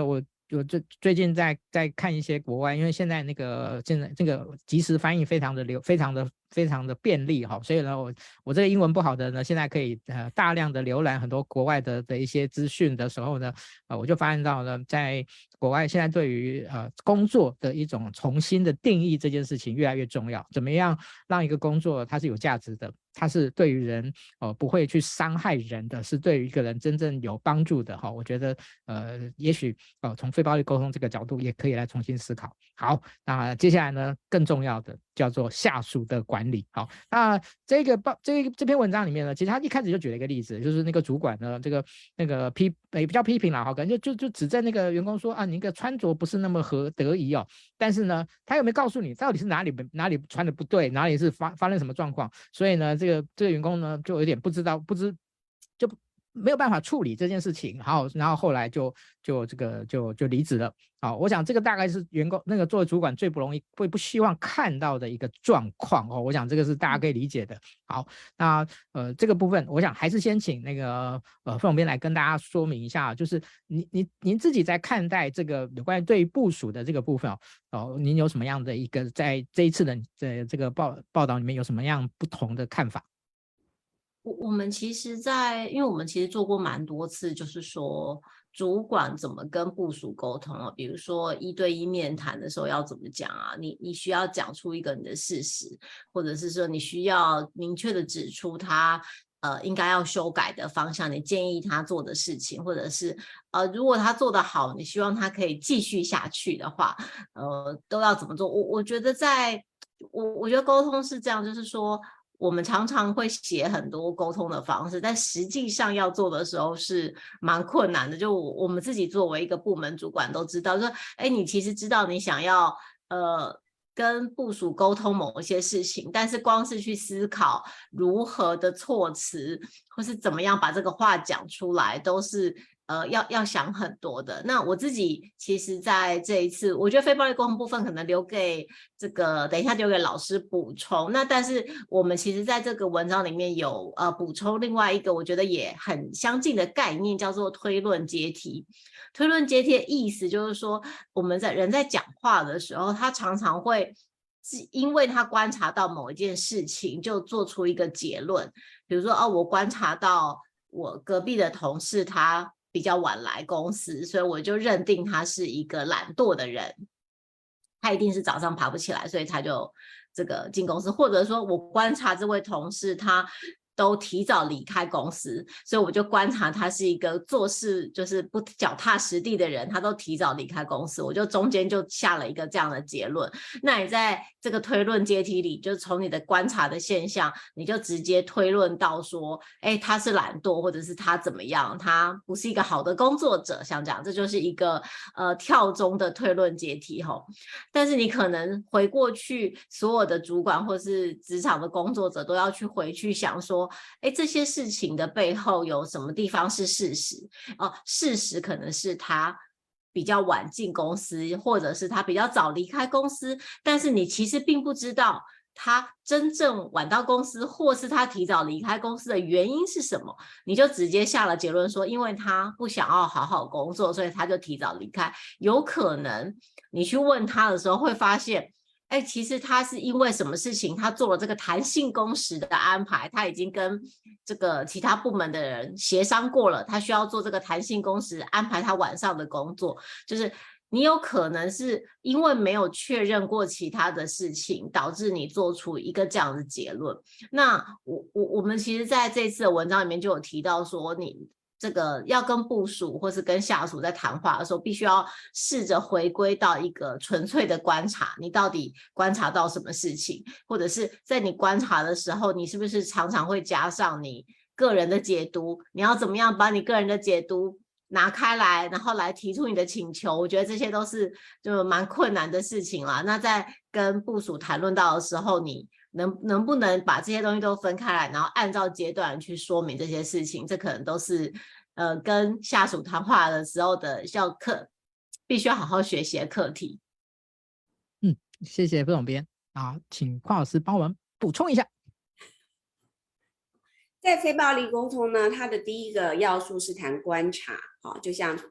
我最最近在在看一些国外，因为现在那个现在这个即时翻译非常的流，非常的非常的便利哈，所以呢，我我这个英文不好的呢，现在可以呃大量的浏览很多国外的的一些资讯的时候呢，呃，我就发现到呢，在国外现在对于呃工作的一种重新的定义这件事情越来越重要，怎么样让一个工作它是有价值的，它是对于人呃不会去伤害人的，是对于一个人真正有帮助的哈。我觉得呃也许呃从非暴力沟通这个角度也可以来重新思考。好，那接下来呢更重要的叫做下属的管理。好，那这个报这这篇文章里面呢，其实他一开始就举了一个例子，就是那个主管呢这个那个批也不叫批评啦，好，可能就就就指正那个员工说啊，你一个穿着不是那么合得宜哦。但是呢，他有没有告诉你到底是哪里哪里穿的不对，哪里是发发生什么状况？所以呢，这个这个员工呢就有点不知道，不知就没有办法处理这件事情，然后然后后来就就这个就就离职了。好，我想这个大概是员工那个作为主管最不容易会不希望看到的一个状况哦。我想这个是大家可以理解的。好，那呃这个部分，我想还是先请那个呃副总编来跟大家说明一下，就是您您您自己在看待这个有关于对于部署的这个部分哦，哦您有什么样的一个在这一次的这这个报报道里面有什么样不同的看法？ 我我们其实在，因为我们其实做过蛮多次，就是说主管怎么跟部属沟通哦，比如说一对一面谈的时候要怎么讲啊？你你需要讲出一个你的事实，或者是说你需要明确的指出他呃应该要修改的方向，你建议他做的事情，或者是呃如果他做得好，你希望他可以继续下去的话，呃都要怎么做？我我觉得在我我觉得沟通是这样，就是说。我们常常会写很多沟通的方式，但实际上要做的时候是蛮困难的。就 我, 我们自己作为一个部门主管都知道，说，哎，你其实知道你想要呃跟部属沟通某一些事情，但是光是去思考如何的措辞，或是怎么样把这个话讲出来，都是。呃，要要想很多的。那我自己其实在这一次，我觉得非暴力沟通部分可能留给这个，等一下留给老师补充。那但是我们其实在这个文章里面有呃补充另外一个我觉得也很相近的概念，叫做推论阶梯。推论阶梯的意思就是说，我们在人在讲话的时候，他常常会是因为他观察到某一件事情，就做出一个结论。比如说，哦，我观察到我隔壁的同事他比较晚来公司，所以我就认定他是一个懒惰的人，他一定是早上爬不起来，所以他就这个进公司。或者说我观察这位同事他都提早离开公司，所以我就观察他是一个做事就是不脚踏实地的人，他都提早离开公司，我就中间就下了一个这样的结论。那你在这个推论阶梯里，就从你的观察的现象，你就直接推论到说，哎，他是懒惰，或者是他怎么样，他不是一个好的工作者，像这样，这就是一个呃跳中的推论阶梯吼。但是你可能回过去，所有的主管或是职场的工作者都要去回去想说，哎，这些事情的背后有什么地方是事实？哦，事实可能是他比较晚进公司，或者是他比较早离开公司，但是你其实并不知道他真正晚到公司，或是他提早离开公司的原因是什么，你就直接下了结论说，因为他不想要好好工作，所以他就提早离开。有可能你去问他的时候会发现，哎，其实他是因为什么事情，他做了这个弹性工时的安排，他已经跟这个其他部门的人协商过了，他需要做这个弹性工时，安排他晚上的工作。就是你有可能是因为没有确认过其他的事情，导致你做出一个这样的结论。那我我我们其实在这次的文章里面就有提到说，你这个要跟部属或是跟下属在谈话的时候，必须要试着回归到一个纯粹的观察，你到底观察到什么事情，或者是在你观察的时候，你是不是常常会加上你个人的解读，你要怎么样把你个人的解读拿开来，然后来提出你的请求。我觉得这些都是就蛮困难的事情啦。那在跟部属谈论到的时候，你能能不能把这些东西都分开来，然后按照阶段去说明这些事情，这可能都是呃跟下属谈话的时候的要课必须要好好学习的课题。 嗯，谢谢副总编啊，请邝老师帮我们补充一下。 在非暴力沟通呢，它的第一个要素是谈观察，好，就像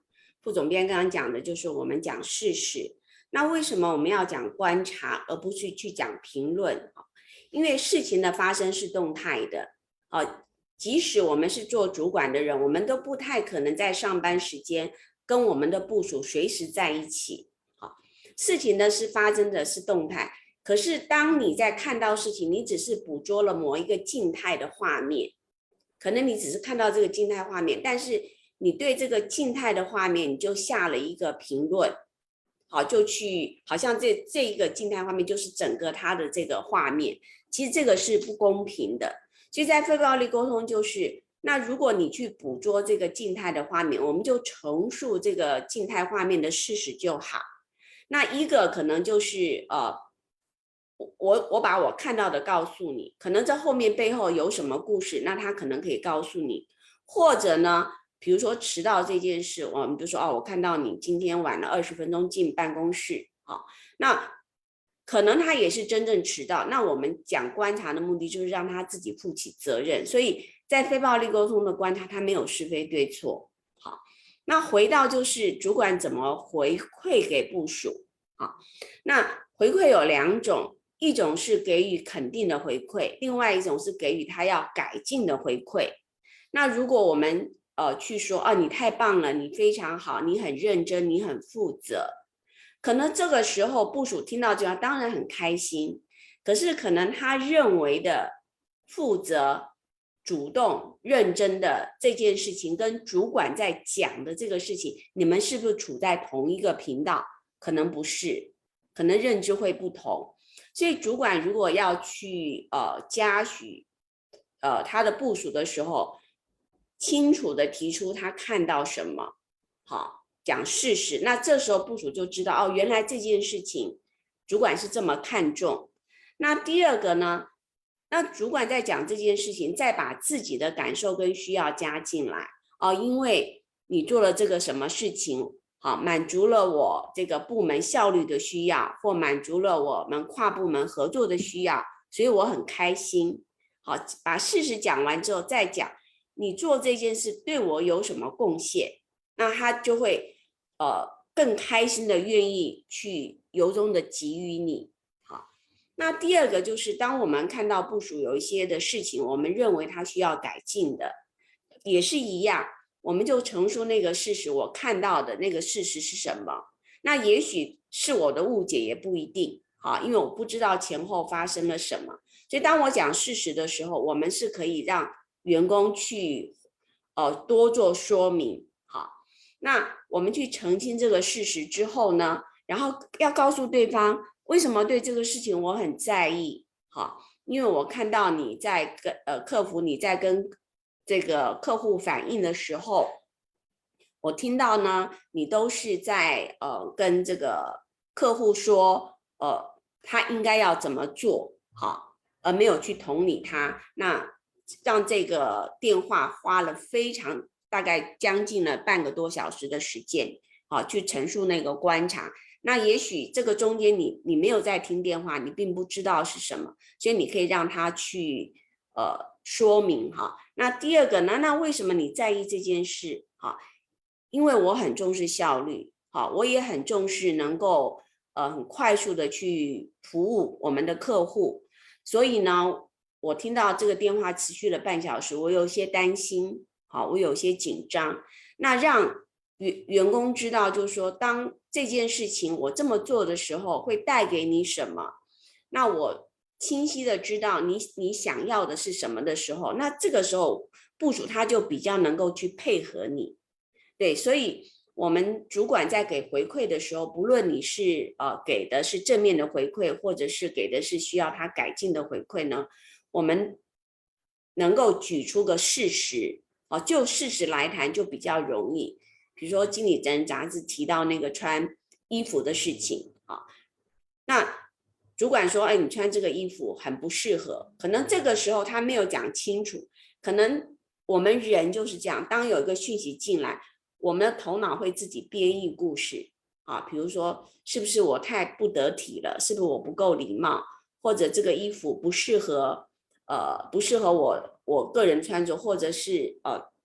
副总编刚刚讲的就是我们讲事实。那为什么我们要讲观察，而不是去讲评论？因为事情的发生是动态的，即使我们是做主管的人，我们都不太可能在上班时间跟我们的部属随时在一起。事情呢是发生的是动态，可是当你在看到事情，你只是捕捉了某一个静态的画面，可能你只是看到这个静态画面，但是你对这个静态的画面你就下了一个评论，好，就去好像这这一个静态画面就是整个它的这个画面，其实这个是不公平的。所以在非暴力沟通就是，那如果你去捕捉这个静态的画面，我们就陈述这个静态画面的事实就好。那一个可能就是呃，我我把我看到的告诉你，可能这后面背后有什么故事，那他可能可以告诉你。或者呢，比如说迟到这件事，我们就说哦，我看到你今天晚了二十分钟进办公室，好，那可能他也是真正迟到。那我们讲观察的目的就是让他自己负起责任，所以在非暴力沟通的观察，他没有是非对错。好，那回到就是主管怎么回馈给部属。好，那回馈有两种，一种是给予肯定的回馈，另外一种是给予他要改进的回馈。那如果我们呃去说啊，你太棒了，你非常好，你很认真，你很负责，可能这个时候部属听到这样当然很开心，可是可能他认为的负责、主动、认真的这件事情跟主管在讲的这个事情，你们是不是处在同一个频道？可能不是，可能认知会不同。所以主管如果要去呃嘉许呃他的部属的时候，清楚的提出他看到什么，好，讲事实，那这时候部属就知道哦，原来这件事情主管是这么看重。那第二个呢，那主管在讲这件事情，再把自己的感受跟需要加进来哦，因为你做了这个什么事情，好，满足了我这个部门效率的需要，或满足了我们跨部门合作的需要，所以我很开心。好，把事实讲完之后再讲你做这件事对我有什么贡献，那他就会呃更开心的愿意去由衷的给予你。好，那第二个就是当我们看到部属有一些的事情，我们认为他需要改进的，也是一样，我们就陈述那个事实，我看到的那个事实是什么。那也许是我的误解，也不一定，好，因为我不知道前后发生了什么。所以当我讲事实的时候，我们是可以让员工去呃多做说明。好，那我们去澄清这个事实之后呢，然后要告诉对方为什么对这个事情我很在意。好，因为我看到你在跟呃客服你在跟这个客户反映的时候，我听到呢你都是在呃跟这个客户说呃他应该要怎么做，好，而没有去同理他，那让这个电话花了非常大概将近了半个多小时的时间，好，去陈述那个观察。那也许这个中间你你没有在听电话，你并不知道是什么，所以你可以让他去呃说明哈。那第二个呢，那为什么你在意这件事？哈，因为我很重视效率，好，我也很重视能够呃很快速的去服务我们的客户，所以呢，我听到这个电话持续了半小时，我有些担心，好，我有些紧张。那让员员工知道，就是说，当这件事情我这么做的时候，会带给你什么？那我清晰的知道你你想要的是什么的时候，那这个时候部属他就比较能够去配合你。对，所以我们主管在给回馈的时候，不论你是呃给的是正面的回馈，或者是给的是需要他改进的回馈呢，我们能够举出个事实，哦，就事实来谈就比较容易。比如说《经理人》杂志提到那个穿衣服的事情，啊，那主管说，哎，你穿这个衣服很不适合，可能这个时候他没有讲清楚，可能我们人就是这样，当有一个讯息进来，我们的头脑会自己编译故事啊，比如说是不是我太不得体了，是不是我不够礼貌，或者这个衣服不适合呃不适合我我个人穿着，或者是呃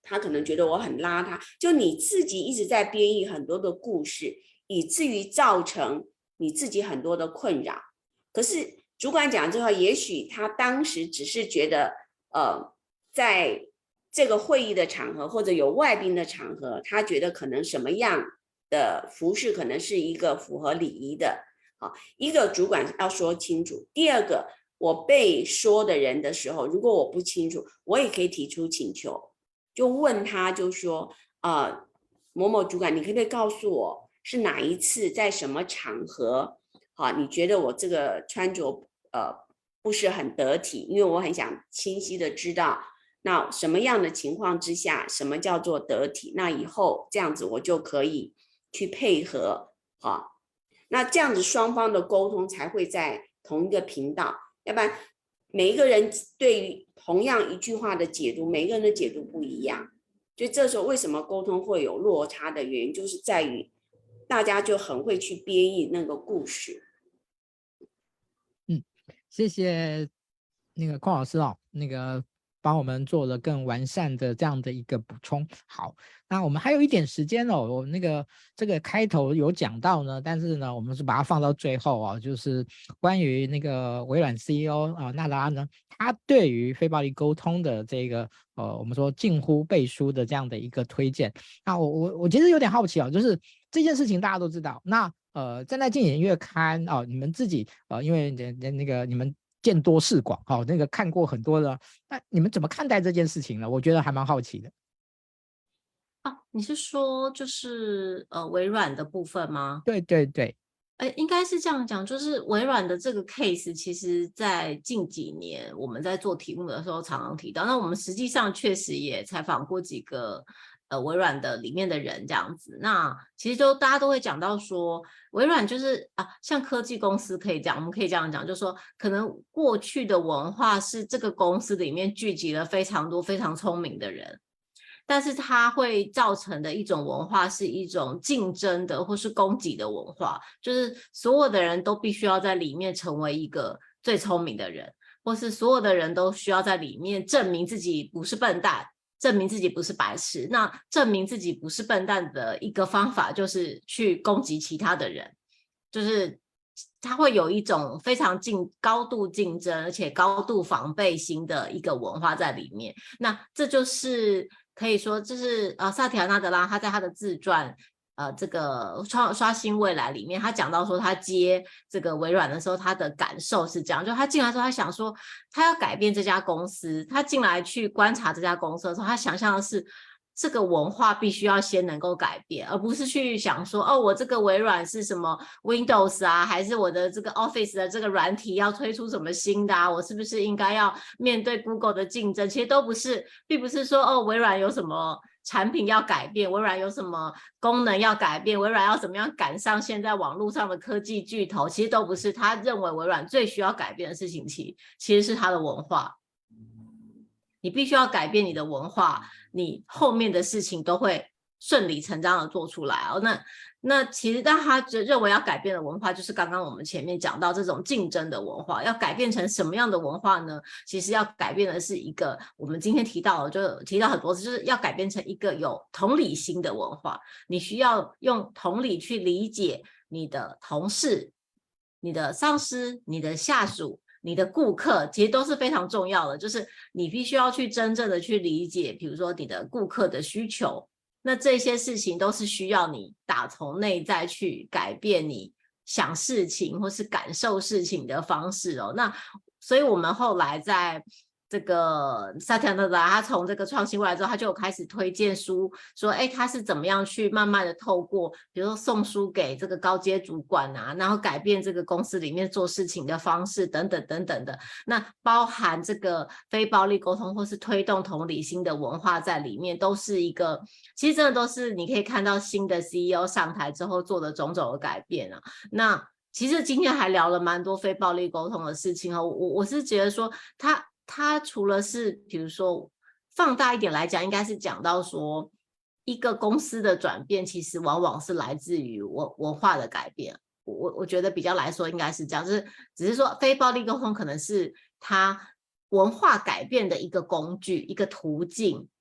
他可能觉得我很邋遢，就你自己一直在编译很多的故事，以至于造成你自己很多的困扰。可是主管讲之后，也许他当时只是觉得，呃，在这个会议的场合或者有外宾的场合，他觉得可能什么样的服饰可能是一个符合礼仪的。好，一个主管要说清楚。第二个，我被说的人的时候，如果我不清楚，我也可以提出请求，就问他，就说，呃，某某主管，你可不可以告诉我是哪一次在什么场合，好，你觉得我这个穿着呃不是很得体，因为我很想清晰的知道，那什么样的情况之下，什么叫做得体？那以后这样子我就可以去配合，好。那这样子双方的沟通才会在同一个频道，要不然每一个人对于同样一句话的解读，每一个人的解读不一样，所以这时候为什么沟通会有落差的原因，就是在于大家就很会去编译那个故事。 嗯，谢谢那个邝老师哦，那个帮我们做了更完善的这样的一个补充。好，那我们还有一点时间哦，我那个这个开头有讲到呢，但是呢，我们是把它放到最后哦，就是关于那个微软 C E O 啊、呃、纳德拉呢，他对于非暴力沟通的这个呃，我们说近乎背书的这样的一个推荐。那我我我其实有点好奇哦，就是这件事情大家都知道，那呃，站在经典月刊哦，你们自己呃，因为那那个你们见多识广，好、哦，那个看过很多的，那你们怎么看待这件事情呢？我觉得还蛮好奇的。 啊，你是说就是呃微软的部分吗？ 对对对， 哎，应该是这样讲，就是微软的这个 case，其实在近几年我们在做题目的时候常常提到。那我们实际上确实也采访过几个呃微软的里面的人这样子。那其实就大家都会讲到说，微软就是啊，像科技公司可以讲，我们可以这样讲，就是说可能过去的文化是这个公司里面聚集了非常多非常聪明的人。但是它会造成的一种文化是一种竞争的或是攻击的文化，就是所有的人都必须要在里面成为一个最聪明的人，或是所有的人都需要在里面证明自己不是笨蛋，证明自己不是白痴。那证明自己不是笨蛋的一个方法就是去攻击其他的人，就是它会有一种非常竞高度竞争而且高度防备心的一个文化在里面。那这就是可以说，就是呃，萨提亚纳德拉他在他的自传呃这个刷刷新未来里面，他讲到说他接这个微软的时候，他的感受是这样，就他进来的时候，他想说他要改变这家公司，他进来去观察这家公司的时候，他想象的是这个文化必须要先能够改变，而不是去想说哦，我这个微软是什么 Windows 啊，还是我的这个 Office 的这个软体要推出什么新的啊，我是不是应该要面对 Google 的竞争？其实都不是，并不是说哦，微软有什么产品要改变，微软有什么功能要改变，微软要怎么样赶上现在网络上的科技巨头，其实都不是。他认为微软最需要改变的事情，其其实是它的文化。你必须要改变你的文化，你后面的事情都会顺理成章的做出来哦。那那其实但他认为要改变的文化，就是刚刚我们前面讲到这种竞争的文化。要改变成什么样的文化呢？其实要改变的是一个我们今天提到的，就提到很多次，就是要改变成一个有同理心的文化。你需要用同理去理解你的同事、你的上司、你的下属、你的顾客，其实都是非常重要的，就是你必须要去真正的去理解，比如说你的顾客的需求，那这些事情都是需要你打从内在去改变你想事情或是感受事情的方式哦。那所以我们后来在这个萨提亚纳德拉他从这个创新过来之后，他就有开始推荐书，说哎，他是怎么样去慢慢的透过比如说送书给这个高阶主管啊，然后改变这个公司里面做事情的方式等等等等的，那包含这个非暴力沟通或是推动同理心的文化在里面，都是一个其实真的都是你可以看到新的 C E O 上台之后做的种种的改变啊。那其实今天还聊了蛮多非暴力沟通的事情哦，我我是觉得说他它除了是比如说放大一点来讲，应该是讲到说一个公司的转变其实往往是来自于文文化的改变。我我觉得比较来说应该是这样，就是只是说非暴力沟通可能是它文化改变的一个工具一个途径，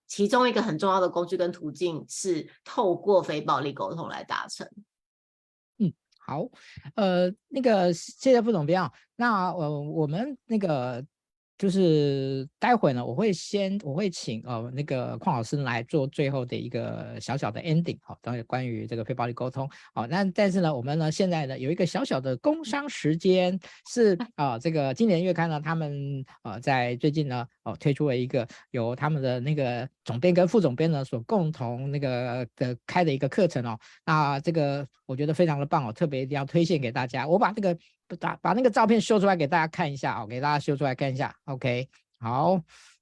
其中一个很重要的工具跟途径是透过非暴力沟通来达成。 嗯，好，呃，那个谢谢副总编啊，那呃我们那个就是待会呢，我会先我会请呃那个邝老师来做最后的一个小小的 ending 好、哦，当然关于这个非暴力沟通好、哦，那但是呢，我们呢现在呢有一个小小的工商时间是啊、呃、这个今年月刊呢他们呃在最近呢哦推出了一个由他们的那个总编跟副总编呢所共同那个的开的一个课程哦，那这个我觉得非常的棒哦，特别一定要推荐给大家，我把那个。把把那个照片秀出来给大家看一下，哦，给大家秀出来看一下 ，OK， 好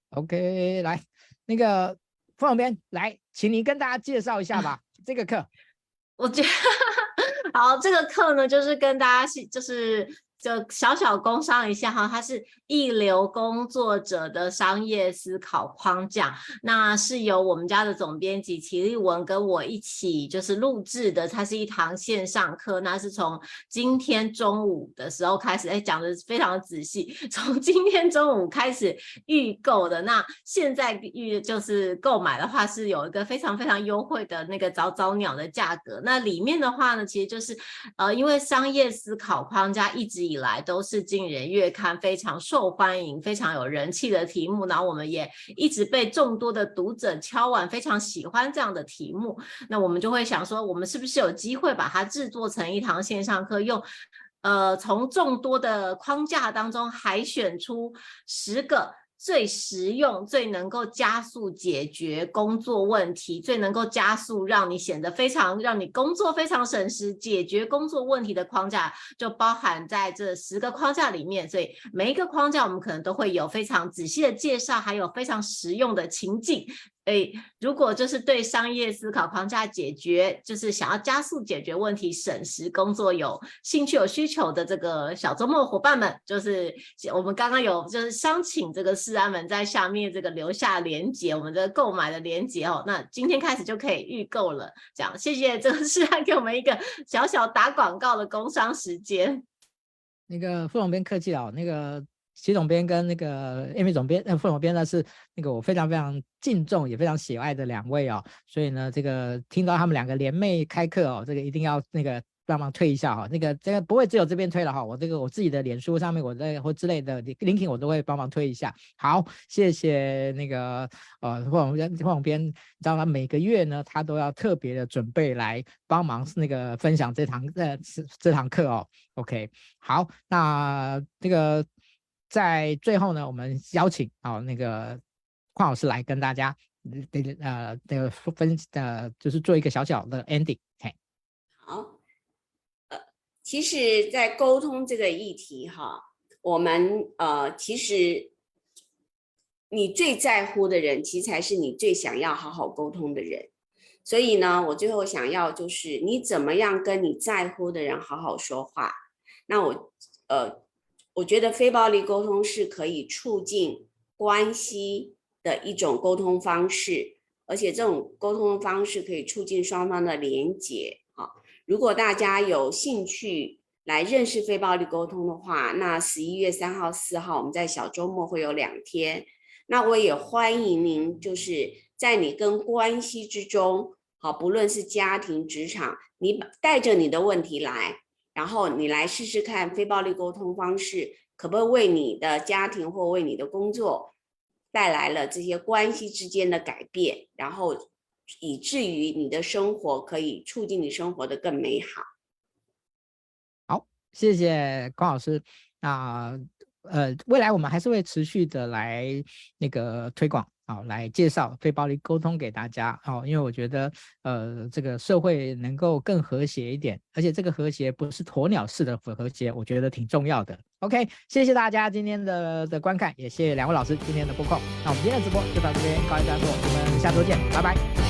，OK， 来，那个副总编来，请您跟大家介绍一下吧，这个课。 我觉得好，这个课呢，就是跟大家就是就小小工商一下哈，它是一流工作者的商业思考框架，那是由我们家的总编辑齐立文跟我一起就是录制的，它是一堂线上课，那是从今天中午的时候开始，哎，讲的非常的仔细，从今天中午开始预购的，那现在预就是购买的话是有一个非常非常优惠的那个早早鸟的价格，那里面的话呢，其实就是呃，因为商业思考框架一直以来都是经理人月刊非常受欢迎、非常有人气的题目，然后我们也一直被众多的读者敲碗，非常喜欢这样的题目。那我们就会想说，我们是不是有机会把它制作成一堂线上课，用呃从众多的框架当中海选出十个。最实用、最能够加速解决工作问题、最能够加速让你显得非常让你工作非常省时、解决工作问题的框架，就包含在这十个框架里面。所以每一个框架我们可能都会有非常仔细的介绍，还有非常实用的情境。诶，如果就是对商业思考框架解决，就是想要加速解决问题、省时工作有兴趣、有需求的这个小周末伙伴们，就是我们刚刚有就是商请这个世安们在下面这个留下连结，我们的购买的连结哦，那今天开始就可以预购了。这样，谢谢这个世安给我们一个小小打广告的工商时间。 那个副总编客气了，那个。齐总编跟那个 Amy 总编、呃副总编呢是那个我非常非常敬重也非常喜爱的两位哦，所以呢，这个听到他们两个联袂开课哦，这个一定要那个帮忙推一下哈、哦，那个这个不会只有这边推了哈、哦，我这个我自己的脸书上面我在或之类的 linking 我都会帮忙推一下。好，谢谢那个呃副总编，副总编，你知道吗？每个月呢，他都要特别的准备来帮忙那个分享这堂呃这堂课哦。OK， 好，那这个。在最后呢，我们邀请哦那个邝老师来跟大家呃那个分呃就是做一个小小的 ending。 好，呃，其实，在沟通这个议题哈，我们呃其实你最在乎的人，其实才是你最想要好好沟通的人。所以呢，我最后想要就是你怎么样跟你在乎的人好好说话。那我呃。我觉得非暴力沟通是可以促进关系的一种沟通方式，而且这种沟通方式可以促进双方的连结。好，如果大家有兴趣来认识非暴力沟通的话，那十一月三号、四号我们在小周末会有两天。那我也欢迎您，就是在你跟关系之中，好，不论是家庭、职场，你带着你的问题来。然后你来试试看非暴力沟通方式可不可以为你的家庭或为你的工作带来了这些关系之间的改变，然后以至于你的生活可以促进你生活的更美好。 好，谢谢邝老师。那呃，未来我们还是会持续的来那个推广。好，来介绍非暴力沟通给大家。好，因为我觉得，呃，这个社会能够更和谐一点，而且这个和谐不是鸵鸟式的和谐，我觉得挺重要的。OK， 谢谢大家今天的的观看，也谢谢两位老师今天的播控。那我们今天的直播就到这边告一段落，我们下周见，拜拜。